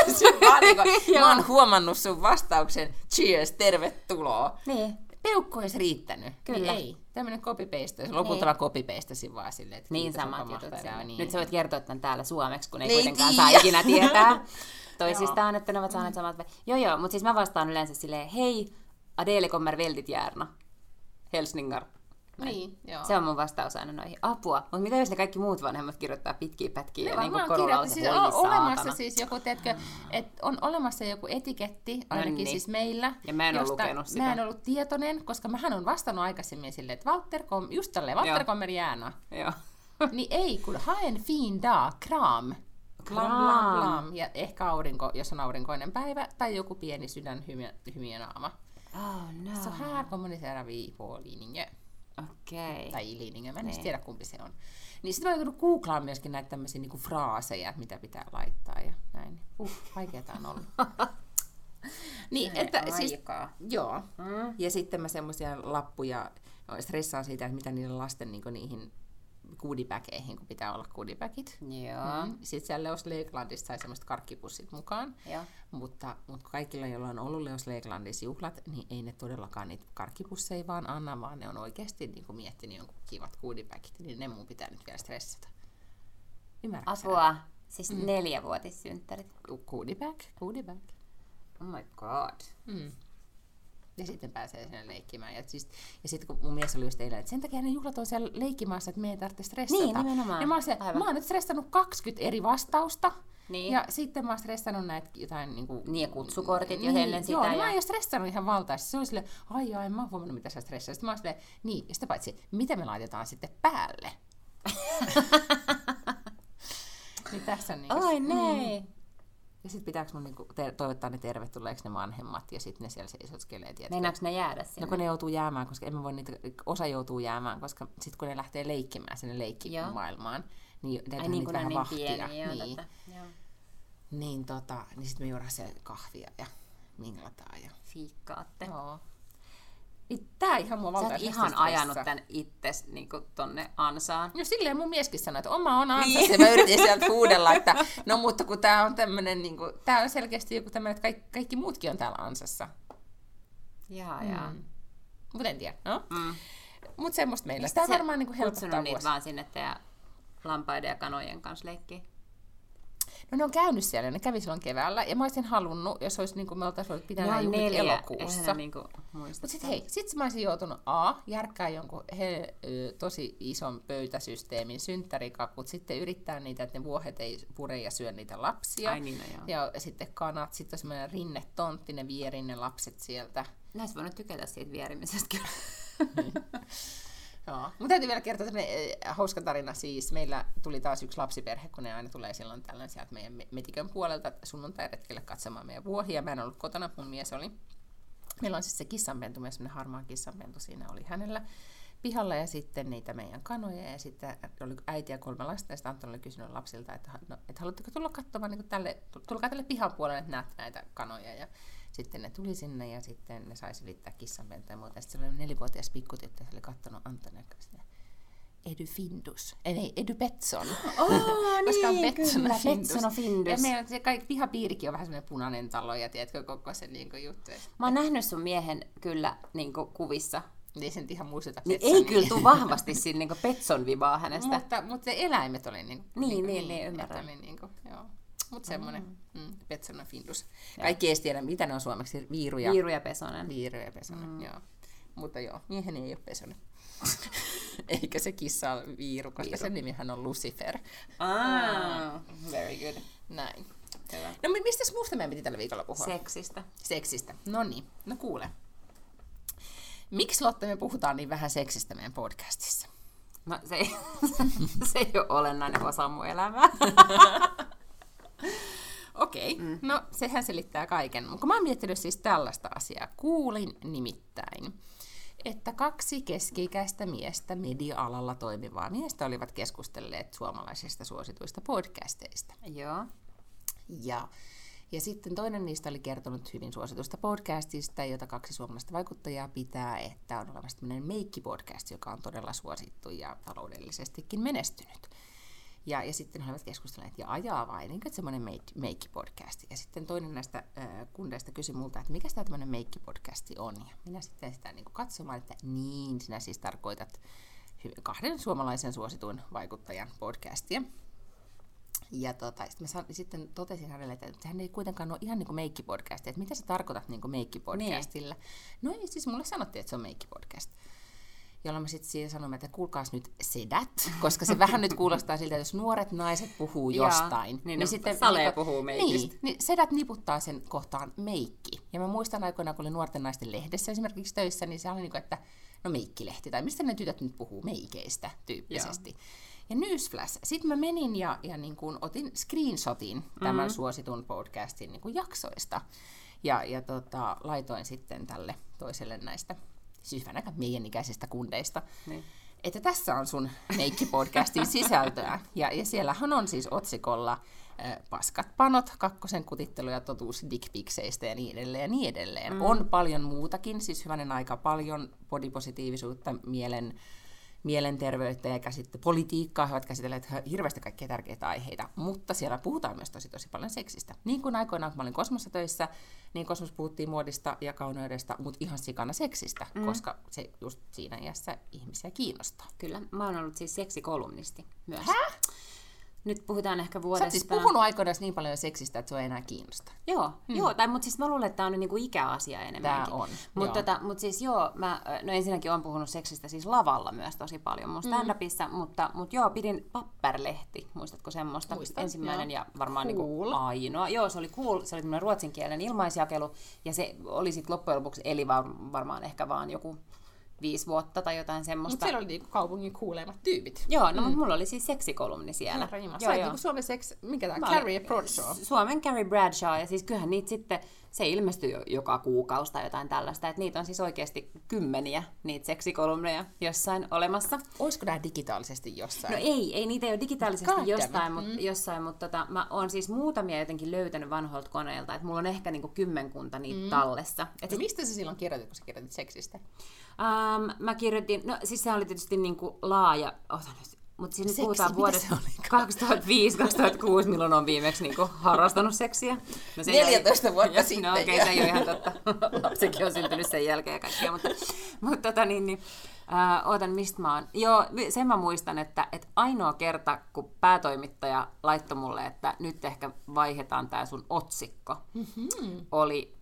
Speaker 2: Mä oon huomannut sun vastauksen, cheers, tervetuloa.
Speaker 1: Niin.
Speaker 2: Peukku olisi riittänyt.
Speaker 1: Kyllä.
Speaker 2: Ei. Tämmöinen copy-paste. Lopulta mä copy-pastasin vaan silleen, että
Speaker 1: niin samat jutut.
Speaker 2: Niin.
Speaker 1: Nyt sä voit kertoa tämän täällä suomeksi, kun ei kuitenkaan saa ikinä tietää toisistaan, että ne ovat saaneet samat. Joo, mutta siis mä vastaan yleensä silleen, hei, Adele kommer väldigt gärna. Helsningar.
Speaker 2: Niin, joo.
Speaker 1: Se on mun vastaus aina noihin. Apua. Mutta mitä jos ne kaikki muut vanhemmat kirjoittaa pitkiä pätkiä ja niin kuin
Speaker 2: korulauset, siis on olemassa siis joku, teetkö, että on olemassa joku etiketti, ainakin siis meillä.
Speaker 1: Ja mä en ole lukenut sitä.
Speaker 2: Mä en ollut tietoinen, koska mähän on vastannut aikaisemmin silleen, että Walter kommer gärna.
Speaker 1: Joo.
Speaker 2: Niin ei, kun haen fin dag, kram. Klam. Ja ehkä aurinko, jos on aurinkoinen päivä, tai joku pieni sydän hymiö naama.
Speaker 1: Oh no.
Speaker 2: Så här kommunicerar vi på Lidingö.
Speaker 1: Okei.
Speaker 2: Tai Lidingö, mä en tiedä kumpi se on. Niin sitten mä oon googlaa myöskin näitä tämmöisiä niinku fraaseja, mitä pitää laittaa ja näin. Vaikeeta on ollut. Niin, että siis, joo. Ja sitten mä semmoisia lappuja stressaan siitä, että mitä niiden lasten niinku niihin goodiebaggeihin, kun pitää olla goodiebaggit.
Speaker 1: Joo.
Speaker 2: Sitten siellä Leos Lakelandista sai semmoiset karkkipussit mukaan.
Speaker 1: Joo.
Speaker 2: Mutta kaikilla, joilla on ollut Leos Lakelandissa juhlat, niin ei ne todellakaan niitä karkkipusseja vaan anna, vaan ne on oikeasti niin kuin miettinyt jonkun kivat goodiebaggit, niin ne mun pitää nyt vielä stressata. Ymmärrätkö?
Speaker 1: Apua. Siis 4-vuotissynttärit.
Speaker 2: Goodiebag.
Speaker 1: Oh my god.
Speaker 2: Ja sitten pääsee sinne leikkimään. Ja sitten kun mun mies oli just eilen, että sen takia ne juhlat on siellä leikkimaassa, että me ei tarvitse stressata.
Speaker 1: Niin, nimenomaan.
Speaker 2: Ja mä oon nyt stressannut 20 eri vastausta. Niin. Ja sitten mä oon stressannut näitä jotain niinku...
Speaker 1: Niin, ja kutsukortit jo ennen sitä.
Speaker 2: Joo, mä oon jo stressannut ihan valtaisesti. Se oli silleen, ai, mä oon huomannut, mitä sä stressaat. Sitten mä oon silleen, niin, ja sitä paitsi, mitä me laitetaan sitten päälle? Niin tässä on niinku...
Speaker 1: Ai nee.
Speaker 2: Ja sitten pitääkö mun niinku toivottaa ne tervetulleeksi ne vanhemmat ja sitten ne siellä seisoskelee.
Speaker 1: Meinaatko ne jäädä sinne?
Speaker 2: No kun ne joutuu jäämään, koska en mä voi niitä, osa joutuu jäämään, koska sitten kun ne lähtee leikkimään sinne leikkimaailmaan, niin täytyy niitä vähän vahtia. Niin sitten me juodaan siellä kahvia ja minglataan. Ja...
Speaker 1: Fiikkaatte.
Speaker 2: Joo. Tää ihan mua valtaisesti
Speaker 1: stressa. Sä oot ihan ajanut tän itses niinku tonne ansaan.
Speaker 2: No silleen mun mieskin sanoi, että oma on ansassa. Ja mä yritin sieltä huudella, että no mutta kun tää on tämmönen, niinku, tää on selkeästi joku tämmönen, että kaikki muutkin on täällä ansassa.
Speaker 1: Jaa.
Speaker 2: Mut en tiedä, no? Mut semmoista meillä. Tää varmaan niinku helpottaa vuosi.
Speaker 1: Niitä vaan sinne teidän lampaiden ja kanojen kanssa leikkiä?
Speaker 2: No ne on käynyt siellä, ne kävi silloin keväällä, ja mä olisin halunnut, jos olisi, niin kuin me oltaisiin voinut pitää nämä juhlit elokuussa. Mutta sitten mä olisin joutunut järkkää jonkun tosi ison pöytäsysteemin synttärikakut, sitten yrittää niitä, että ne vuohet ei pure ja syö niitä lapsia.
Speaker 1: Ai niin, no joo.
Speaker 2: Ja sitten kanat, sitten on semmoinen rinnetontti, ne vierin ne lapset sieltä.
Speaker 1: Näissä voinut tykätä siitä vierimisestä kyllä.
Speaker 2: Joo. Mun täytyy vielä kertoa tämmöinen hauska tarina. Siis meillä tuli taas yksi lapsiperhe, kun ne aina tulee silloin tällöin sieltä meidän metikön puolelta sunnuntai-retkelle katsomaan meidän vuohia. Mä en ollut kotona, mun mies oli. Meillä on siis se kissanpentu, myös semmoinen harmaa kissanpentu siinä oli hänellä pihalla ja sitten niitä meidän kanoja. Ja sitten oli äiti ja 3 lasta ja sitten Anton oli kysynyt lapsilta, että haluatteko tulla katsomaan niin tulkaa tälle pihan puolelle, että näette näitä kanoja. Ja sitten ne tuli sinne ja sitten ne sai selittää kissanpentua ja muuta. Sitten se oli 4-vuotias pikkutyttö, se oli katsonut Antonia kanssa. Edu Findus. Ei, Edu Petson. Koska on
Speaker 1: kyllä, Petson on Findus.
Speaker 2: Ja meidän se kaikki pihapiirikin on vähän semmoinen punainen talo ja tiedätkö koko sen niinku juttu.
Speaker 1: Mä oon nähnyt sun miehen kyllä niinku kuvissa.
Speaker 2: Ei sen ihan muisteta
Speaker 1: niin ei kyllä tule vahvasti siinä niinku Petson vibaa hänestä.
Speaker 2: mutta se eläimet oli
Speaker 1: niin ymmärrän.
Speaker 2: Joo. Mutta semmoinen Petson on Findus. Kaikki ei tiedä, mitä ne on suomeksi. Viiru ja Pesonen. Joo. Mutta joo, miehen ei ole Pesonen. Eikä se kissa ole Viiru, koska sen nimihän on Lucifer.
Speaker 1: Very good.
Speaker 2: Näin. Hyvä. No mistäs muusta meidän piti tällä viikolla puhua? Seksistä. No niin, no kuule. Miksi Lotta me puhutaan niin vähän seksistä meidän podcastissa?
Speaker 1: No se ei ole olennainen osa mun elämää.
Speaker 2: Okei, no sehän selittää kaiken. Kun mä oon miettinyt siis tällaista asiaa. Kuulin nimittäin, että 2 keski-ikäistä miestä media-alalla toimivaa miestä olivat keskustelleet suomalaisista suosituista podcasteista.
Speaker 1: Joo.
Speaker 2: Ja sitten toinen niistä oli kertonut hyvin suositusta podcastista, jota 2 suomalaista vaikuttajaa pitää, että on olemassa tämmöinen Meikki-podcast, joka on todella suosittu ja taloudellisestikin menestynyt. Ja sitten he olivat keskustelleet ja ajaa vai, niin kuin semmoinen Meikki-podcast. Ja sitten toinen näistä kundeista kysyi multa, että mikä tämä tämmöinen Meikki-podcasti on. Ja minä sitten sitä niin kuin katsomaan, että niin, sinä siis tarkoitat 2 suomalaisen suosituin vaikuttajan podcastia. Ja sitten totesin hänelle, että sehän ei kuitenkaan ole ihan niin kuin Meikki-podcasti, että mitä sä tarkoitat niin kuin Meikki-podcastilla? No ei, siis mulle sanottiin, että se on Meikki-podcast. Jolloin mä sitten sanoin, että kuulkaas nyt sedät, koska se vähän nyt kuulostaa siltä, että jos nuoret naiset puhuu jostain,
Speaker 1: niin sitten Sale puhuu meikistä.
Speaker 2: Niin sedät niputtaa sen kohtaan meikki. Ja mä muistan aikoinaan, kun olin nuorten naisten lehdessä esimerkiksi töissä, niin se oli niin kuin, että no meikkilehti, tai mistä ne tytöt nyt puhuu meikeistä tyyppisesti. Joo. Ja newsflash. Sitten mä menin ja niin kuin otin screenshotin tämän suositun podcastin niin kuin jaksoista. Ja laitoin sitten tälle toiselle näistä, siis vähän aika meidän ikäisistä kundeista, että tässä on sun Meikki-podcastin sisältöä. Ja siellähän on siis otsikolla paskat panot, 2 kutittelu ja totuus dickpikseistä ja niin edelleen ja niin edelleen. On paljon muutakin, siis hyvänen aika paljon bodypositiivisuutta, mielenterveyttä ja politiikkaa, he ovat käsitelleet hirveästi kaikkia tärkeitä aiheita, mutta siellä puhutaan myös tosi paljon seksistä. Niin kuin aikoinaan, kun mä olin Kosmossa töissä, niin Kosmossa puhuttiin muodista ja kauneudesta, mutta ihan sikana seksistä, koska se just siinä iässä ihmisiä kiinnostaa.
Speaker 1: Kyllä, mä oon ollut siis seksikolumnisti myös. Häh? Nyt puhutaan ehkä vuodesta...
Speaker 2: Sä oot siis puhunut aikoinaan niin paljon seksistä, että se ei enää kiinnosta.
Speaker 1: Mutta siis mä luulen, että tämä on niinku ikäasia enemmänkin.
Speaker 2: Tämä on,
Speaker 1: Mutta siis mä ensinnäkin olen puhunut seksistä siis lavalla myös tosi paljon mun stand-upissa, mutta pidin Papperlehti, muistatko semmoista?
Speaker 2: Muistan,
Speaker 1: ensimmäinen ja varmaan
Speaker 2: cool.
Speaker 1: niinku ainoa. Joo, se oli cool, se oli tämmöinen ruotsinkielinen ilmaisjakelu, ja se oli sitten loppujen lopuksi, eli varmaan ehkä vaan joku 5 vuotta tai jotain semmoista.
Speaker 2: Mutta siellä oli niinku kaupungin kuuleimmat tyypit.
Speaker 1: Joo, mutta mulla oli siis seksikolumni siellä.
Speaker 2: Sä olet niinku Suomen mikä tämä? Carrie Bradshaw.
Speaker 1: Suomen Carrie Bradshaw, ja siis kyllähän niitä sitten, se ilmestyy joka kuukausi tai jotain tällaista, että niitä on siis oikeasti kymmeniä, niitä seksikolumneja jossain olemassa.
Speaker 2: Olisiko nämä digitaalisesti jossain?
Speaker 1: No ei niitä ei ole digitaalisesti jossain, mutta mä oon siis muutamia jotenkin löytänyt vanhoilta koneilta, että mulla on ehkä niinku 10 niitä tallessa.
Speaker 2: Ja mistä sä silloin kirjoitit, kun sä kirjoitit seksistä?
Speaker 1: Mä kirjoitin, no siis se oli tietysti niinku laaja, mutta siis nyt puhutaan vuodesta 2005-2006, milloin on viimeksi niinku harrastanut seksiä. No
Speaker 2: 14 vuotta sitten.
Speaker 1: No okei, se ei ole ihan totta. Lapsikin on syntynyt sen jälkeen ja kaikkea, mutta ootan, mistä mä oon. Joo, sen mä muistan, että ainoa kerta, kun päätoimittaja laittoi mulle, että nyt ehkä vaihdetaan tää sun otsikko, oli,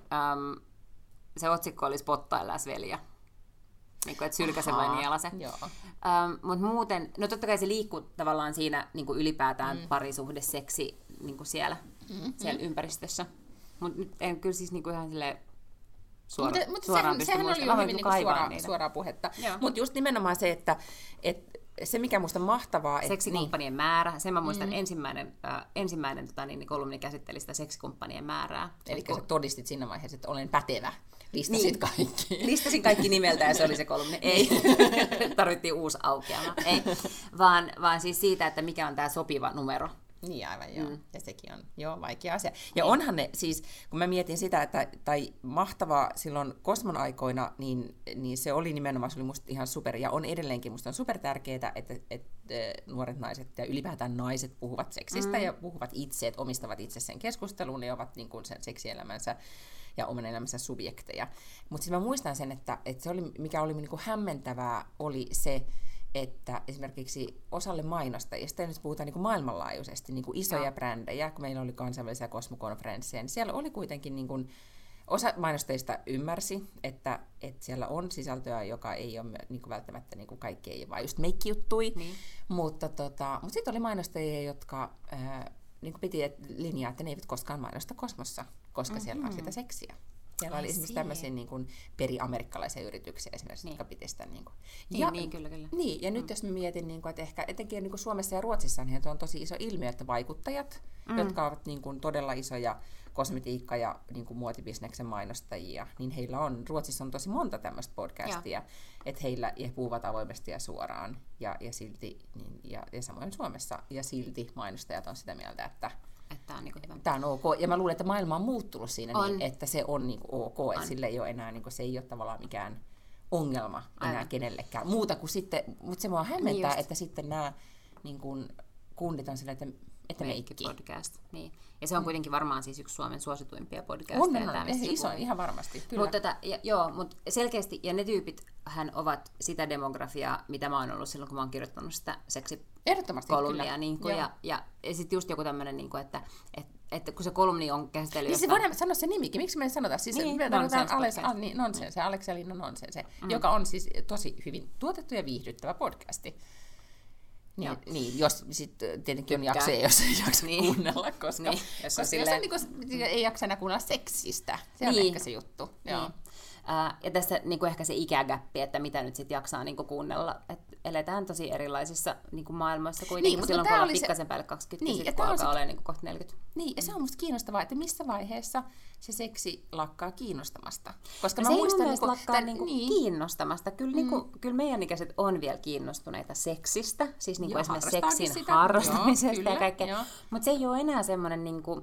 Speaker 1: se otsikko oli Spottailläs velja. Niin että sylkäse vai nielase. Mutta muuten, no totta kai se liikkuu tavallaan siinä niin kuin ylipäätään parisuhde, seksi niin kuin siellä ympäristössä. Mutta nyt en kyllä siis niin kuin ihan silleen suoraan pysty
Speaker 2: sehän
Speaker 1: muistamaan.
Speaker 2: oli jo hyvin suoraa puhetta. Mutta just nimenomaan se, että se mikä musta mahtavaa...
Speaker 1: Seksikumppanien määrä. Sen mä muistan ensimmäinen kolumni käsitteli sitä seksikumppanien määrää.
Speaker 2: Eli sä todistit siinä vaiheessa, että olen pätevä. Listasit kaikki.
Speaker 1: Listasin kaikki nimeltä ja se oli se kolumni. Ei. Tarvittiin uusi aukeama. Ei. Vaan siis siitä, että mikä on tämä sopiva numero.
Speaker 2: Niin aivan, joo. Ja sekin on vaikea asia. Ja onhan ne, siis kun mä mietin sitä, tai mahtavaa silloin Kosmon aikoina, niin se oli nimenomaan, se oli musta ihan super, ja on edelleenkin musta on super tärkeää, että nuoret naiset ja ylipäätään naiset puhuvat seksistä ja puhuvat itse, että omistavat itse sen keskustelun ja ovat niin kuin sen seksielämänsä ja oman elämänsä subjekteja. Mutta siis mä muistan sen, että se oli, mikä oli niin kuin hämmentävää, oli se, että esimerkiksi osalle mainostajista, ja nyt puhutaan niin kuin maailmanlaajuisesti, niin kuin isoja brändejä, kun meillä oli kansainvälisiä kosmokonferensseja, niin siellä oli kuitenkin, niin kuin, osa mainostajista ymmärsi, että siellä on sisältöä, joka ei ole niin kuin välttämättä, niin kuin kaikki ei vain just meikki-juttui, mutta sitten oli mainostajia, jotka niin kuin piti linjaa, että ne eivät koskaan mainosta Kosmossa, koska siellä on sitä seksiä. Siellä oli esimerkiksi tämmöisiä niin kuin periamerikkalaisia yrityksiä esimerkiksi, jotka piti sitä. Niin,
Speaker 1: kyllä.
Speaker 2: Niin, ja nyt jos mä mietin, niin kuin, että ehkä etenkin niin kuin Suomessa ja Ruotsissa, niin on tosi iso ilmiö, että vaikuttajat, jotka ovat niin kuin todella isoja kosmetiikka- ja niin kuin muotibisneksen mainostajia, niin heillä on, Ruotsissa on tosi monta tämmöistä podcastia, että he puhuvat avoimesti ja suoraan, ja silti, ja samoin Suomessa, ja silti mainostajat on sitä mieltä, että
Speaker 1: tämä on niin kuin hyvä.
Speaker 2: Tämä on ok. Ja mä luulen, että maailma on muuttunut siinä niin, että se on niin kuin ok. Että sille ei ole enää, niin kuin, se ei ole tavallaan mikään ongelma enää kenellekään. Muuta kuin sitten, mutta se mua hämmentää, että sitten nämä niin kuin, kundit on sillä, että meikki.
Speaker 1: Podcast. Niin. Ja se on kuitenkin varmaan siis yksi Suomen suosituimpia podcasteja.
Speaker 2: On, iso, ihan varmasti. Kyllä.
Speaker 1: Mutta selkeästi, ja ne tyypit hän ovat sitä demografiaa, mitä mä oon ollut silloin, kun mä oon kirjoittanut sitä seksikolumnia. Niin ja sitten just joku tämmöinen, niin että kun se kolumni on käsitellyt...
Speaker 2: Niin se voidaan sanoa se nimikin, miksi me ei sanota? Siis Nonsense, Alekseliina Nonsense, joka on siis tosi hyvin tuotettu ja viihdyttävä podcasti. Niin, jos sitten tietenkin on jakseja, jos ei jaksa kuunnella, koska ei jaksa enää kuunnella seksistä. Se on ehkä se juttu. Joo.
Speaker 1: Ja tässä niin kuin ehkä se ikägäppi, että mitä nyt sitten jaksaa niin kuin kuunnella. Et eletään tosi erilaisissa niin kuin maailmoissa kuitenkin silloin, kun ollaan pikkasen päälle 20 ja sitten kun alkaa olemaan niin kohta 40.
Speaker 2: Niin, ja se on musta kiinnostavaa, että missä vaiheessa se seksi lakkaa kiinnostamasta.
Speaker 1: Koska mä muistan, että lakkaa kiinnostamasta. Kyllä meidän ikäiset on vielä kiinnostuneita seksistä, siis niin kuin esimerkiksi seksin harrastamisesta ja kaikkea. Mutta se ei ole enää semmoinen... Niin kuin,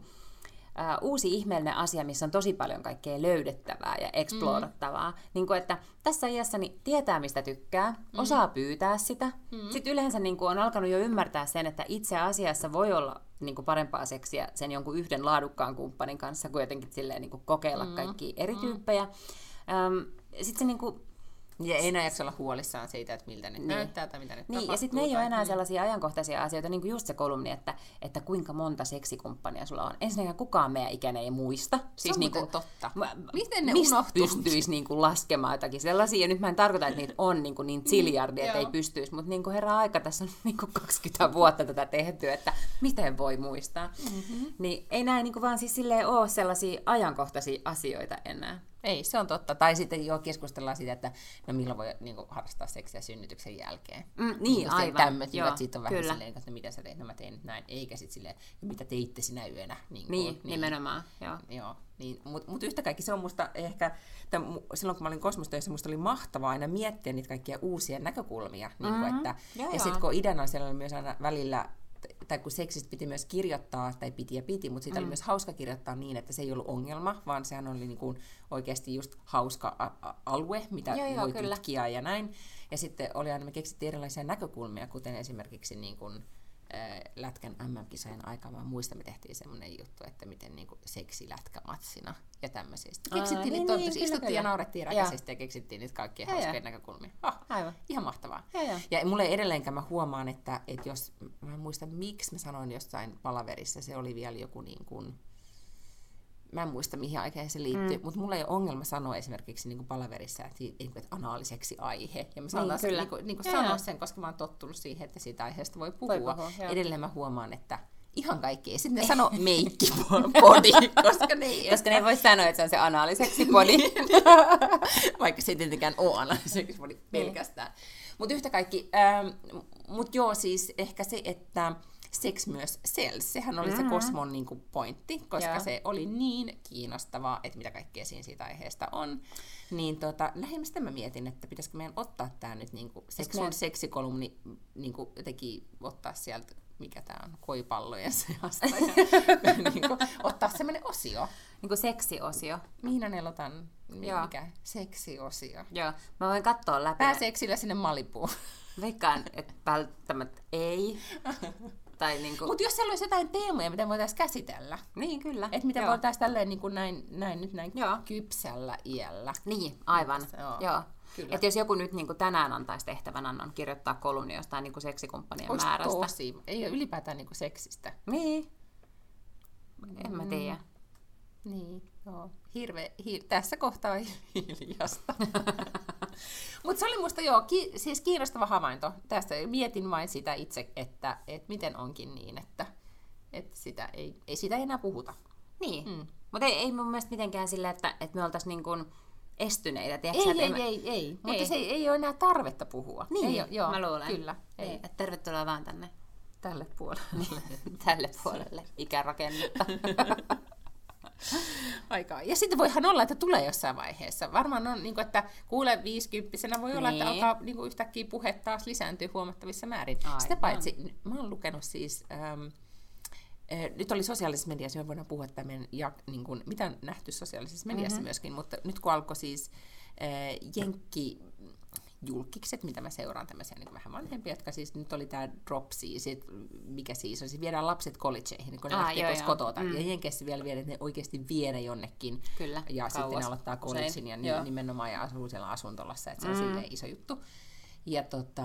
Speaker 1: uusi ihmeellinen asia, missä on tosi paljon kaikkea löydettävää ja eksplorattavaa. Niin kuin, että tässä iässä niin tietää, mistä tykkää, osaa pyytää sitä. Sitten yleensä niin kuin on alkanut jo ymmärtää sen, että itse asiassa voi olla niin kuin parempaa seksiä sen jonkun yhden laadukkaan kumppanin kanssa, kuin jotenkin silleen, niin kuin kokeilla kaikkia eri tyyppejä. Sitten se niin kuin,
Speaker 2: ja ei enää jaksa olla huolissaan siitä, että miltä ne näyttää tai mitä ne tapahtuu.
Speaker 1: Ja sitten ne ei ole enää sellaisia ajankohtaisia asioita, niin kuin just se kolumni, että kuinka monta seksikumppania sulla on. Ensinnäkään kukaan meidän ikäinen ei muista.
Speaker 2: Siis se on niin totta.
Speaker 1: Miten ne pystyisi niin kuin laskemaan jotakin sellaisia? Ja nyt mä en tarkoita, että niitä on niin ziljardia, että ei pystyisi. Mutta niin kuin herra aika, tässä on niin kuin 20 vuotta tätä tehty, että miten voi muistaa. Niin ei näin niin kuin vaan siis silleen ole sellaisia ajankohtaisia asioita enää.
Speaker 2: Ei, se on totta. Tai sitten jo keskustellaan siitä, että no milloin voi niin kuin, harrastaa seksiä synnytyksen jälkeen.
Speaker 1: Niin, aivan.
Speaker 2: Tämmöisiä, siitä on vähän silleen, että mitä sä teet, no mä tein näin, eikä sitten silleen, mitä teitte sinä yönä.
Speaker 1: Niin, nimenomaan.
Speaker 2: Joo. Niin, mutta yhtä kaikki se on musta ehkä, silloin kun mä olin Kosmostöissä, musta oli mahtavaa aina miettiä niitä kaikkia uusia näkökulmia. Niin kuin, että, ja sitten kun Idana siellä oli myös aina välillä, tai kun seksistä piti myös kirjoittaa, tai piti, mutta siitä oli myös hauska kirjoittaa niin, että se ei ollut ongelma, vaan sehän oli niin kuin oikeasti just hauska alue, mitä voi tutkia ja näin. Ja sitten oli aina, me keksittiin erilaisia näkökulmia, kuten esimerkiksi niin kuin, lätkän MM-kisojen aikaan, mä muistan, me tehtiin semmoinen juttu, että miten niin kuin seksi lätkämatsina ja tämmöisistä. Keksittiin niitä istuttiin ja naurettiin räkäisesti ja keksittiin niitä kaikkia hauskoja näkökulmia. Ihan mahtavaa. Ja mulle edelleenkään mä huomaan, että jos, mä en muista miksi mä sanoin jossain palaverissa, se oli vielä joku niin kuin, mä en muista mihin aikeen se liittyy, mutta mulla ei ole ongelma sanoa esimerkiksi niin kuin palaverissa, että anaaliseksi aihe. Ja mä sanon sanoa sen, koska mä oon tottunut siihen, että siitä aiheesta voi puhua. Edelleen mä huomaan, että ihan kaikki ei. Sitten ne sano meikkipodi, koska ne
Speaker 1: ei voi sanoa, että se on se anaaliseksi podi.
Speaker 2: Vaikka se ei tietenkään ole anaaliseksi podi pelkästään. Mutta yhtä kaikki, mutta joo, siis ehkä se, että sex myös sells. Sehän oli se Kosmon niin kuin pointti, koska se oli niin kiinnostavaa, että mitä kaikkea siinä siitä aiheesta on. Niin lähinnä sitä mä mietin, että pitäisikö meidän ottaa tämä nyt niin kuin seksikolumni niin kuin jotenkin ottaa sieltä, mikä tämä on, koipallojen seasta. Ja niin kuin, ottaa semmoinen osio.
Speaker 1: Niin kuin seksiosio.
Speaker 2: Miina Nelotan, mikä? Seksiosio.
Speaker 1: Joo, mä voin katsoa läpi.
Speaker 2: Pääseekö sillä sinne Malibuun?
Speaker 1: Veikkaan, että välttämättä ei. Niinku...
Speaker 2: Mutta jos siellä olisi jotain teemoja, mitä voitaisiin käsitellä.
Speaker 1: Niin, kyllä.
Speaker 2: Että mitä voitaisiin tälleen niin kuin näin kypsällä iällä.
Speaker 1: Niin, aivan. Joo. Että jos joku nyt niin kuin tänään antaisi tehtävän kirjoittaa kolumni jostain niin kuin seksikumppanien määrästä.
Speaker 2: Tosi. Ei ole ylipäätään niin kuin seksistä.
Speaker 1: Niin. En mä tiedä.
Speaker 2: Niin, joo. Tässä kohtaa hiljasta. Mutta se oli musta siis kiinnostava havainto. Tästä mietin vain sitä itse, että miten onkin niin, että sitä ei sitä enää puhuta.
Speaker 1: Niin, mutta ei mun mielestä mitenkään sillä, että me oltaisiin niin kuin estyneitä.
Speaker 2: Ei. Mutta se ei ole enää tarvetta puhua.
Speaker 1: Niin, joo, mä luulen.
Speaker 2: Kyllä.
Speaker 1: Ei. Tervetuloa vaan tänne.
Speaker 2: Tälle puolelle.
Speaker 1: Tälle puolelle ikärakennetta.
Speaker 2: Aikaa. Ja sitten voihan olla, että tulee jossain vaiheessa. Varmaan on, niin kuin, että kuule 50-vuotiaana voi olla, että alkaa niin kuin yhtäkkiä puhe taas lisääntyy huomattavissa määrin. Sitä paitsi, mä oon lukenut siis nyt oli sosiaalisessa mediassa, me voidaan puhua tämän, ja niin kuin, mitä on nähty sosiaalisessa mediassa myöskin, mutta nyt kun alkoi siis julkikset, mitä mä seuraan tämmöisiä niin vähän vanhempia, jotka siis nyt oli tämä Dropsy, mikä siis on, siis viedään lapset collegeihin, niin kun ne lähtee pois kotota, ja Jenkeissä vielä viedään, että ne oikeasti viedä jonnekin,
Speaker 1: Kyllä,
Speaker 2: ja
Speaker 1: kauas.
Speaker 2: sitten ne aloittaa collegein ja nimenomaan ja asuu siellä asuntolassa, että se on silleen iso juttu. Ja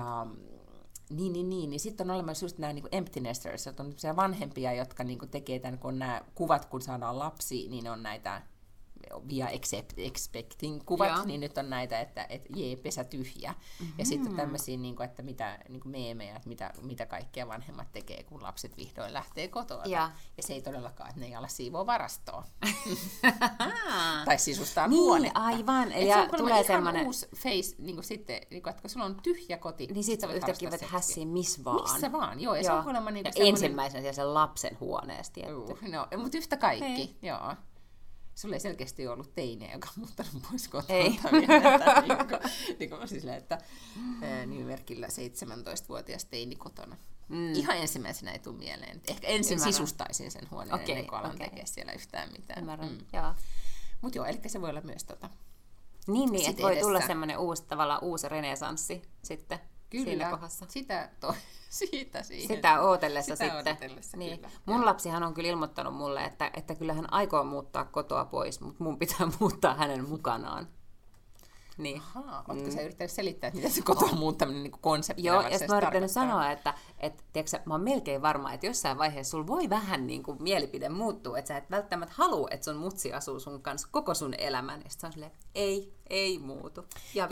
Speaker 2: niin sitten on olemassa just nämä niin empty nesters, että on sellaisia vanhempia, jotka niin tekee tämän, kun nämä kuvat, kun saadaan lapsi, niin on näitä via expecting kuvat, niin nyt on näitä, että pesä tyhjä. Ja sitten tämmöisiä, että mitä meemejä, että mitä kaikkea vanhemmat tekee, kun lapset vihdoin lähtee kotoa. Ja se ei todellakaan, että ne ei ala siivoa varastoa. Tai sisustaa huone.
Speaker 1: Aivan.
Speaker 2: Eli ja tulee semmoinen uusi face, sitten, että kun sulla on tyhjä koti,
Speaker 1: niin sitten sä yhtäkkiä voit hässiä missä vaan.
Speaker 2: Missä vaan, joo. Ja se on kuulemma
Speaker 1: ja ensimmäisenä siellä sen lapsen huoneesta tietty.
Speaker 2: No, mutta yhtä kaikki, joo. Sulla ei selkeästi ollut teiniä, joka on muuttanut pois kotoa.
Speaker 1: Ei.
Speaker 2: Niin kuin silleen, että nimimerkillä 17-vuotias teini kotona. Ihan ensimmäisenä ei tule mieleen. Ehkä ensin sisustaisin sen huoneen, ennen kuin alan tekee siellä yhtään mitään. Mutta joo, eli se voi olla myös
Speaker 1: Niin, että voi tulla semmoinen uusi renesanssi sitten.
Speaker 2: Kyllä,
Speaker 1: siinä kohdassa.
Speaker 2: Sitä
Speaker 1: ootellessa sitten. Niin.
Speaker 2: Kyllä.
Speaker 1: Mun lapsihan on kyllä ilmoittanut mulle, että kyllä hän aikoo muuttaa kotoa pois, mutta mun pitää muuttaa hänen mukanaan. Niin.
Speaker 2: Oletko sä yrittänyt selittää, että miten se kotoa muuttaminen niin konseptina?
Speaker 1: Joo, ja sitten mä oon yrittänyt sanoa, että tiiäksä, mä oon melkein varma, että jossain vaiheessa sulla voi vähän niin kuin mielipide muuttua, että sä et välttämättä halua, että sun mutsi asuu sun kanssa koko sun elämän. Ja sitten se on silleen, ei muutu. Ja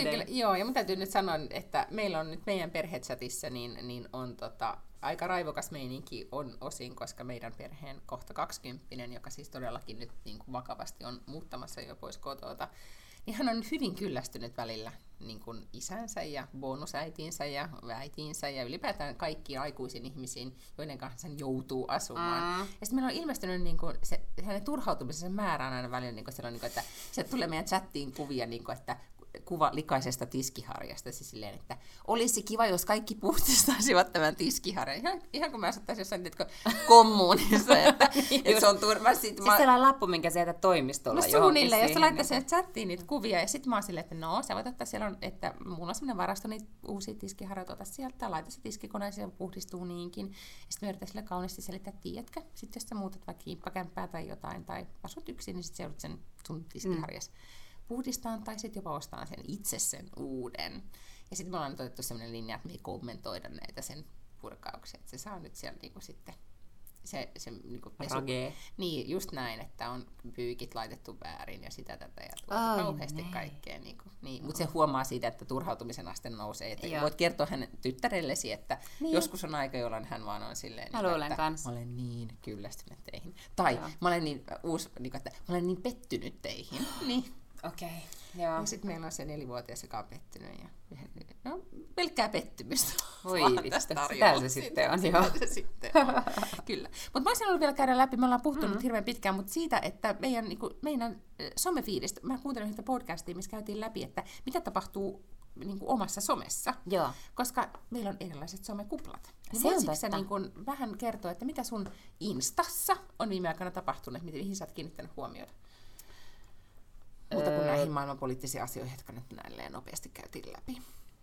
Speaker 2: mun täytyy nyt sanoa, että meillä on nyt meidän perhechatissa, niin on aika raivokas meininki on osin, koska meidän perheen kohta 20, joka siis todellakin nyt niin kuin vakavasti on muuttamassa jo pois kotota, niin hän on hyvin kyllästynyt välillä niin kuin isänsä ja bonusäitiinsä ja äitiinsä ja ylipäätään kaikkiin aikuisiin ihmisiin, joiden kanssa hän joutuu asumaan. Ja sitten meillä on ilmestynyt niin kuin hänen turhautumisensa määrä on aina välillä, niin kuin siellä on, niin kuin, että sieltä tulee meidän chattiin kuvia, niin kuin, että kuva likaisesta tiskiharjasta, siis silleen, että olisi kiva, jos kaikki puhdistaisivat tämän tiskiharjan. Ihan kun mä asuttaisin jossain kommunissa, että se on turva.
Speaker 1: Siis sellainen lappu, minkä sieltä toimistolla johonkin.
Speaker 2: No suunnilleen, jos sä laittaisi niin chattiin niitä kuvia, ja sitten mä oon silleen, että no, sä voit ottaa siellä, että mulla on sellainen varasto, niitä uusia tiskiharjoja, ota sieltä, laita se tiskikoneeseen ja puhdistuu niinkin. Ja sitten mä yritän sille kauniisti selittää, tiedätkö, sitten jos sä muutat vaikka kimppakämppää tai jotain, tai asut yksin, niin sitten sä joudut sen sun tiskiharjas puhdistaan tai sitten jopa ostaa sen itse sen uuden. Ja sitten me ollaan nyt otettu sellainen linja, että me ei kommentoida näitä sen purkauksia. Että se saa nyt siellä niinku sitten se niinku pesu. Niin, just näin, että on pyykit laitettu väärin ja sitä tätä ja kauheasti kaikkea. Niin. Mutta se huomaa siitä, että turhautumisen aste nousee. Että voit kertoa hänen tyttärellesi, että joskus on aika, jolloin hän vaan on silleen,
Speaker 1: mä
Speaker 2: olen niin kyllästynyt teihin. Tai mä olen niin että mä olen niin pettynyt teihin. Niin.
Speaker 1: Okei, joo.
Speaker 2: Ja sitten meillä on se 4-vuotias, joka on pettynyt. Ja pelkkää pettymystä.
Speaker 1: Voi vittu, sitä se sitten on.
Speaker 2: Kyllä. Mutta mä olisin ollut vielä käydä läpi, me ollaan puhuttu nyt hirveän pitkään, mutta siitä, että meidän somefiidistä, mä kuuntelin yhtä podcastia, missä käytiin läpi, että mitä tapahtuu niin kuin omassa somessa.
Speaker 1: Joo.
Speaker 2: Koska meillä on erilaiset somekuplat.
Speaker 1: Se on totta.
Speaker 2: Niin kuin vähän kertoa, että mitä sun Instassa on viime aikana tapahtunut, mihin sä oot kiinnittänyt huomiota? Muuta kuin näihin maailmanpoliittisiin asioihin, jotka nyt näilleen nopeasti käytiin läpi.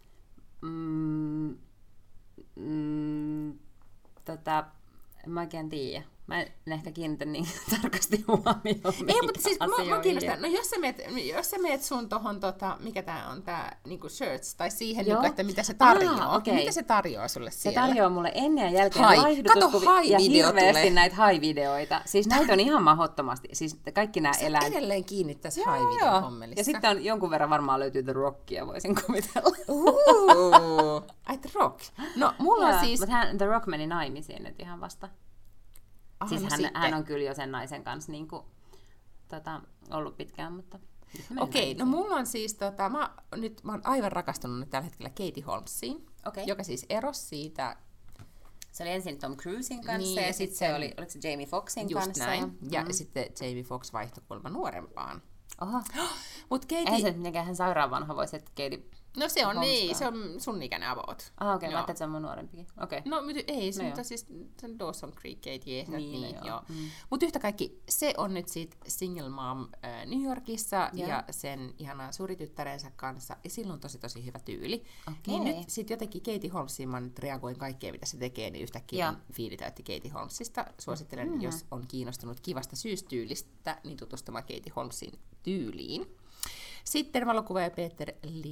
Speaker 1: Mä oikein tiedä. Mä en ehkä kiinnitä niin tarkasti huomioon.
Speaker 2: Ei, mutta siis mä kiinnostan. No jos sä meet sun tohon, mikä tää on, tää niinku shirts, tai siihen, niinku, että mitä se tarjoaa.
Speaker 1: Okay.
Speaker 2: Mitä se tarjoaa sulle siellä?
Speaker 1: Se tarjoaa mulle ennen ja jälkeen laihdutuskuvia ja hirveästi näitä hai-videoita. Siis näitä on ihan mahdottomasti. Siis kaikki nämä eläimet.
Speaker 2: Se edelleen kiinnittäisi hai-video-hommelissa.
Speaker 1: Ja sitten on jonkun verran varmaan löytyy The Rockia, voisin kuvitella.
Speaker 2: Ai The Rock. No mulla on siis...
Speaker 1: Mutta The Rock meni naimisiin nyt ihan vasta. Siis hän on kyllä jo sen naisen kanssa niin kuin, ollut pitkään, mutta...
Speaker 2: Okei, no mulla on siis, mä oon aivan rakastunut nyt tällä hetkellä Katie Holmesiin, joka siis erosi siitä...
Speaker 1: Se oli ensin Tom Cruisin kanssa niin, ja sitten se oli, oliko se Jamie Foxxin kanssa?
Speaker 2: Näin. Ja sitten Jamie Foxx vaihtoi kuulemma nuorempaan.
Speaker 1: Oho.
Speaker 2: Mut Katie...
Speaker 1: Eihän se mitenkään hän sairaan vanha voisi, että Katie
Speaker 2: No se on niin, se on sun ikäinen about.
Speaker 1: Okei, mä ajattelin, että se on mun nuorempikin. Okay.
Speaker 2: No ei, se on siis Dawson Creek Kate,
Speaker 1: niin,
Speaker 2: joo. Mutta yhtä kaikki, se on nyt siitä Single Mom New Yorkissa ja sen ihanan suurityttärensä kanssa, ja sillä on tosi hyvä tyyli. Okay. Niin nyt sit jotenkin Katie Holmesiin mä nyt reagoin kaikkeen, mitä se tekee, niin yhtäkkiä fiidi täytti Katie Holmesista. Suosittelen, jos on kiinnostunut kivasta syystyylistä, niin tutustumaan Katie Holmesin tyyliin. Sitten valokuvaaja Peter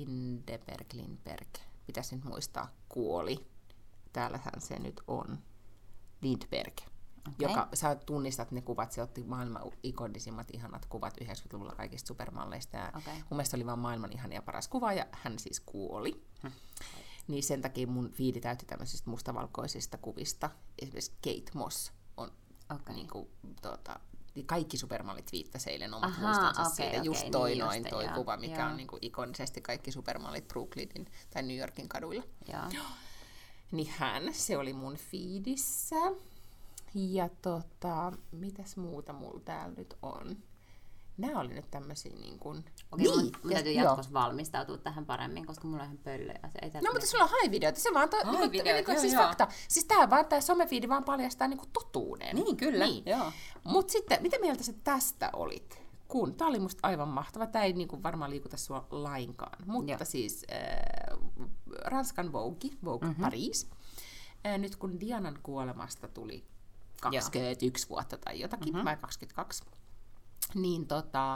Speaker 2: Lindberg, pitäisi nyt muistaa, kuoli. Täällähän se nyt on. Lindberg, joka sä tunnistat ne kuvat, se otti maailman ikonisimmat ihanat kuvat 90-luvulla kaikista supermalleista. Ja mun mielestä oli vaan maailman ihania paras kuva, ja hän siis kuoli. Niin sen takia mun fiidi täytti tämmöisistä mustavalkoisista kuvista. Esimerkiksi Kate Moss on niinku, kaikki supermallit viittasi eilen omat muistansa siitä. Just toi kuva, mikä on niinku ikonisesti kaikki supermallit Brooklynin tai New Yorkin kaduilla. Niin se oli mun fiidissä. Ja mitäs muuta mulla täällä nyt on? Nämä oli nyt tämmöisiä niin kuin...
Speaker 1: Okei, mun täytyy jatkossa valmistautua tähän paremmin, koska mulla on ihan pöllöjä.
Speaker 2: No, mutta sulla on high-videoita. Se vaan siis fakta. Siis tää somefiidi vaan paljastaa niinku totuuden.
Speaker 1: Niin, kyllä. Niin.
Speaker 2: Mut sitten, mitä mieltä sä tästä olit? Tää oli musta aivan mahtava. Tää ei niinku varmaan liikuta sua lainkaan. Mutta siis Ranskan Vogue Paris. Nyt kun Dianan kuolemasta tuli 21 vuotta tai jotakin, vai 22, niin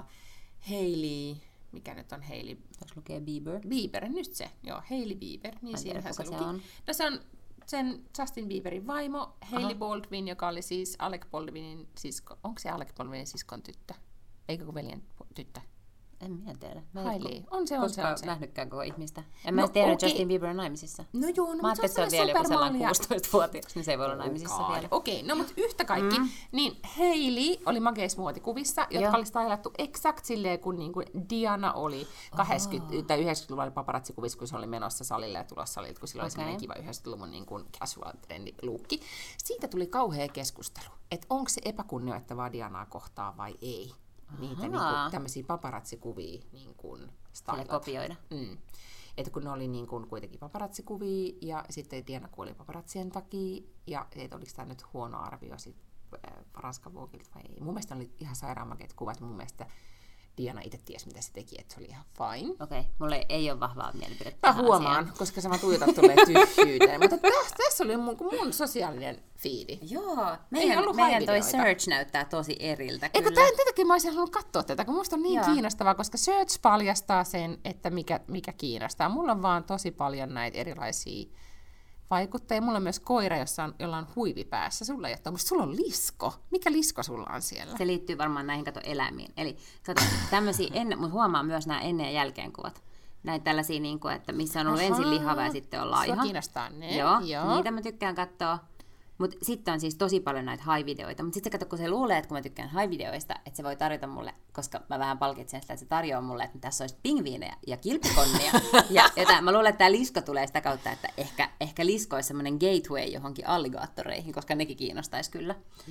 Speaker 2: Hailey, mikä nyt on Hailey?
Speaker 1: Tässä lukee Bieber.
Speaker 2: Bieber, nyt se, Hailey Bieber, niin siinähän se luki. No se on sen Justin Bieberin vaimo, Hailey Baldwin, joka oli siis Alec Baldwinin sisko. Onko se Alec Baldwinin siskon tyttö? Eikö kuin veljen tyttö?
Speaker 1: En minä tiedä.
Speaker 2: Hailey. On se.
Speaker 1: Nähnytkään koko ihmistä. En mä tiedä, että Justin Bieber on naimisissa.
Speaker 2: No joo,
Speaker 1: mä ajattelin, että se on vielä joku sellainen 16-vuotias, niin se ei voi olla naimisissa vielä.
Speaker 2: Okei, no mutta yhtä kaikki. Niin Hailey oli makeissa muotikuvissa, jotka oli stylattu exakt silleen, kun niinku Diana oli 90-luvulla paparazzikuvissa, kun se oli menossa salille ja tulossa salilta, kun sillä oli sellainen kiva 90-luvun niinku casual trendiluukki. Siitä tuli kauhea keskustelu, että onko se epäkunnioittavaa Dianaa kohtaan vai ei. Niitä niinku, tämmöisiä paparazzikuvia niinku stylat.
Speaker 1: Kopioida.
Speaker 2: Että kun ne oli niinku kuitenkin paparazzikuvia ja sitten Diana kuoli paparazzien takia ja että oliko tämä nyt huono arvio sit Ranskan Voguelta vai ei. Mun mielestä oli ihan sairaan makeat kuvat. Mun mielestä Diana itse tiesi, mitä se teki, että se oli ihan fine.
Speaker 1: Okei, mulle ei ole vahvaa mielipidettä.
Speaker 2: Mä huomaan, asiaan. Koska sä vaan tuijotat tulee tyhjyyteen. Mutta tässä oli mun sosiaalinen fiidi.
Speaker 1: Joo, meidän toi search näyttää tosi eriltä.
Speaker 2: Eikö tätäkin mä olisin halunnut katsoa tätä, kun musta on niin kiinnostavaa, koska search paljastaa sen, että mikä kiinnostaa. Mulla on vaan tosi paljon näitä erilaisia vaikuttajia. Mulla on myös koira, jolla on huivi päässä. Sulla ei ole, mutta sulla on lisko. Mikä lisko sulla on siellä?
Speaker 1: Se liittyy varmaan näihin eläimiin. Eli tämmöisiä, mutta huomaa myös nämä ennen ja jälkeen kuvat. Näitä tällaisia, niin kuin, että missä on ollut ensin lihava ja sitten on laiha.
Speaker 2: Sua kiinnostaa ne.
Speaker 1: Joo, niitä mä tykkään katsoa. Mutta sitten on siis tosi paljon näitä high-videoita. Mutta sitten se kato, kun se luulee, että kun mä tykkään high-videoista, että se voi tarjota mulle, koska mä vähän palkitsen sitä, että se tarjoaa mulle, että tässä olisi pingviinejä ja kilpikonnia. ja mä luulen, että tämä lisko tulee sitä kautta, että ehkä lisko olisi semmoinen gateway johonkin alligaattoreihin, koska nekin kiinnostaisi kyllä.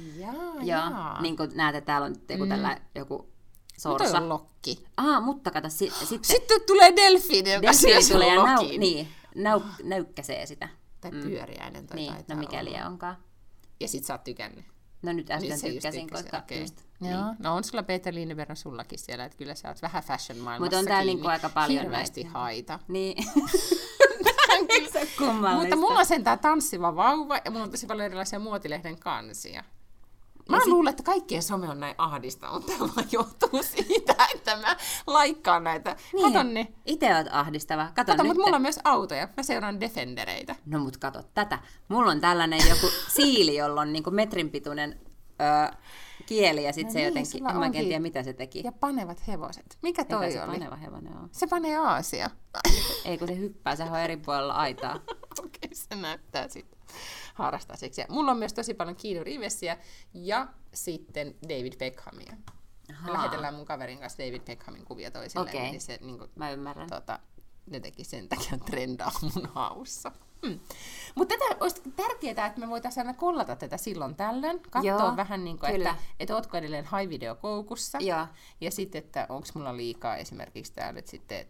Speaker 2: Jaa.
Speaker 1: Niin kuin näet, että täällä on joku sorsa.
Speaker 2: Mutta on lokki.
Speaker 1: Mutta kato,
Speaker 2: sitten tulee delfiini, joka tulee
Speaker 1: ja näykkäsee sitä.
Speaker 2: Tai pyöriäinen tai
Speaker 1: niin, no mikäli onkaan.
Speaker 2: Ja sit sä oot tykännyt.
Speaker 1: No nyt äsken tykkäsin, koska
Speaker 2: just. Joo, no on sulla Peter Lindberg sullakin siellä, että kyllä sä oot vähän fashion maailmassa
Speaker 1: mutta on tää niinku aika paljon
Speaker 2: hirveästi haita.
Speaker 1: Niin.
Speaker 2: Kyllä se kummallista. Mutta mulla on sentään tanssiva vauva ja mulla on tosi paljon erilaisia muotilehden kansia. Mä luulen, että kaikkien some on näin ahdistanut. Tämä johtuu siitä, että mä laikkaan näitä.
Speaker 1: Niin,
Speaker 2: kato ne.
Speaker 1: Itse oot ahdistava. Kato
Speaker 2: mutta mulla on myös autoja. Mä seuraan Defendereitä.
Speaker 1: No mut kato tätä. Mulla on tällainen joku siili, jolla on niinku metrin pituinen kieli ja sit se niin, jotenkin, en mä tiedä mitä se teki.
Speaker 2: Ja panevat hevoset. Mikä toi
Speaker 1: se
Speaker 2: oli?
Speaker 1: Paneva hevonen on?
Speaker 2: Se panee Aasia.
Speaker 1: Ei kun se hyppää, sehän on eri puolella aitaa.
Speaker 2: Okei, se näyttää sitten harrastaiseksi. Ja mulla on myös tosi paljon Keanu Reevesiä ja sitten David Beckhamia. Me lähetellään mun kaverin kanssa David Beckhamin kuvia toisilleen.
Speaker 1: Okei,
Speaker 2: niin se, niin kuin,
Speaker 1: mä ymmärrän.
Speaker 2: Ne teki sen takia trendaa mun haussa. Mutta tätä olisi tärkeää, että me voitaisiin aina kollata tätä silloin tällöin. Katsoa vähän, niin kuin, että ootko edelleen high-video koukussa. Ja sitten, että onko mulla liikaa esimerkiksi täällä nyt sitten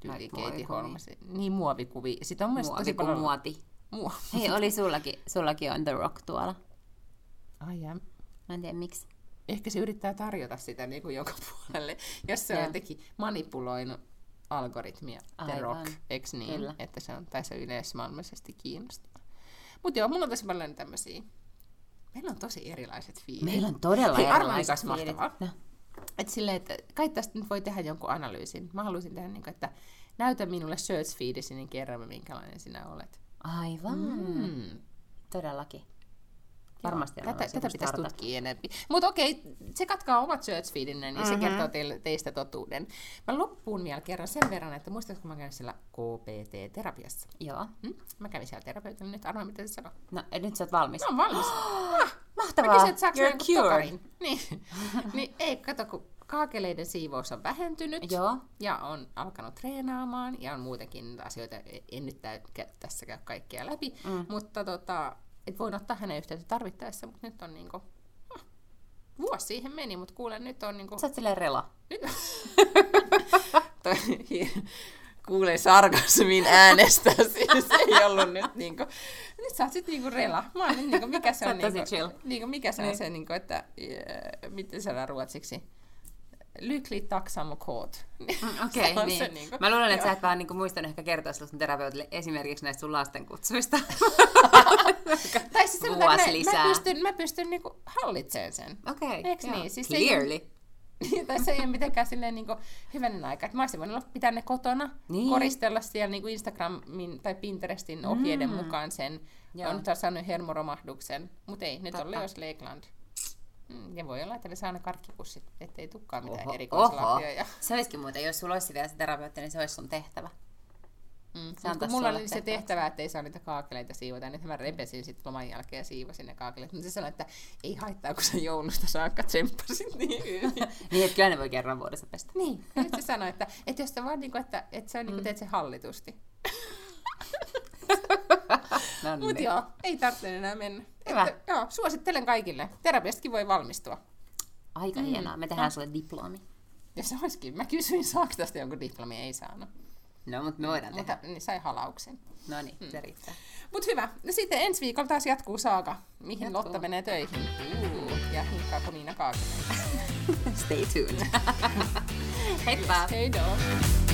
Speaker 2: tyyli Katie Holmes. Niin, muovikuvia. Sitten on myös tosi paljon...
Speaker 1: muoti. Hei, oli sullakin on The Rock tuolla.
Speaker 2: Ai jää.
Speaker 1: Mä en tiedä miksi.
Speaker 2: Ehkä se yrittää tarjota sitä niin kuin joka puolelle, jos se on jotenkin manipuloinut algoritmia, The Rock, eikö niin? Kyllä. Että se on tässä yleismaailmallisesti kiinnostavaa. Mutta joo, mulla on tosi paljon tämmöisiä. Meillä on tosi erilaiset fiilit.
Speaker 1: Meillä on todella erilaiset fiilit.
Speaker 2: No. Että silleen, että kai tästä nyt voi tehdä jonkun analyysin. Mä haluaisin tehdä niin kuin, että näytä minulle search feedisi, niin kerran minkälainen sinä olet.
Speaker 1: Aivan. Todellakin. Varmasti
Speaker 2: tätä pitäisi tutkia enemmän. Mutta okei, se katkaa omat search feedinne, niin se kertoo teistä totuuden. Mä loppuun vielä kerran sen verran, että muistatko mä käyn siellä KPT-terapiassa?
Speaker 1: Joo.
Speaker 2: Mä kävin siellä terapeutilla, nyt arvoin mitä se sanoo.
Speaker 1: No, nyt sä oot valmis.
Speaker 2: Mä oon valmis.
Speaker 1: Mahtavaa.
Speaker 2: Mä kysyin, että saaks
Speaker 1: You're cured.
Speaker 2: Niin, ei, kato, kun kaakeleiden siivous on vähentynyt.
Speaker 1: Joo.
Speaker 2: Ja on alkanut treenaamaan ja on muutenkin asioita, en nyt tässä käy kaikkea läpi, mutta et voin ottaa hänen yhteyttä tarvittaessa, mutta nyt on niinku... vuosi siihen meni, mutta kuulen, nyt on niinku...
Speaker 1: Sä oot silleen rela.
Speaker 2: Nyt... Kuulee sarkasmin äänestä, siis ei ollut nyt niinku... Nyt sä oot sit niinku rela. Mä oon nyt niinku, mikä se on niinku... Mikä se on se niinku, että... miten se on ruotsiksi? Lyckligt tacksam och kåt.
Speaker 1: Okei, niin. Niinku, mä luulen, että sä et vaan niinku muistanut ehkä kertoa sun terapeutille esimerkiksi näistä sun lastenkutsuista.
Speaker 2: Tai siis mä pystyn niinku hallitsemaan sen.
Speaker 1: Okei,
Speaker 2: niin? Siis
Speaker 1: clearly.
Speaker 2: Tai se ei ole mitenkään silleen niinku hyvänen aika. Mä olisin voinut pitää ne kotona, koristella siellä niinku Instagramin tai Pinterestin ohjeiden mukaan sen. On taas saanut hermoromahduksen, mutta ei, nyt on Leos Lakeland. Ja voi olla, että ne saa ne karkkipussit, ettei tukkaa mitään erikoislahjoja.
Speaker 1: Se olisikin muuten, jos sulla olisi vielä se terapeutti, niin se olisi sun tehtävä.
Speaker 2: Mulla oli se tehtävä, että ei saa niitä kaakeleita siivota. Nyt mä repesin sitten loman jälkeen ja siivosin ne kaakeleet. Mutta se sanoi, että ei haittaa, kun sä joulusta saakka tsemppasit niin hyvin.
Speaker 1: Niin, että kyllä ne voi kerran vuodessa pestä.
Speaker 2: Niin, nyt se sanoi, että jos sä vaan että sä teet sen hallitusti. Mutta joo, ei tarvitse enää mennä. Joo, suosittelen kaikille. Terapiastakin voi valmistua.
Speaker 1: Aika hienoa. Me tehdään sulle diplomi.
Speaker 2: Ja se olisikin. Mä kysyin, saako tästä jonkun diplomi, ei saanut.
Speaker 1: No, mutta me voidaan tehdä.
Speaker 2: Niin sai halauksen.
Speaker 1: No niin, se riittää.
Speaker 2: Mut hyvä. No sitten ensi viikolla taas jatkuu saaga, mihin Lotta menee töihin. Ja hinkkaako Miina kaakeleita.
Speaker 1: Stay tuned. Heippa!
Speaker 2: Heidoo!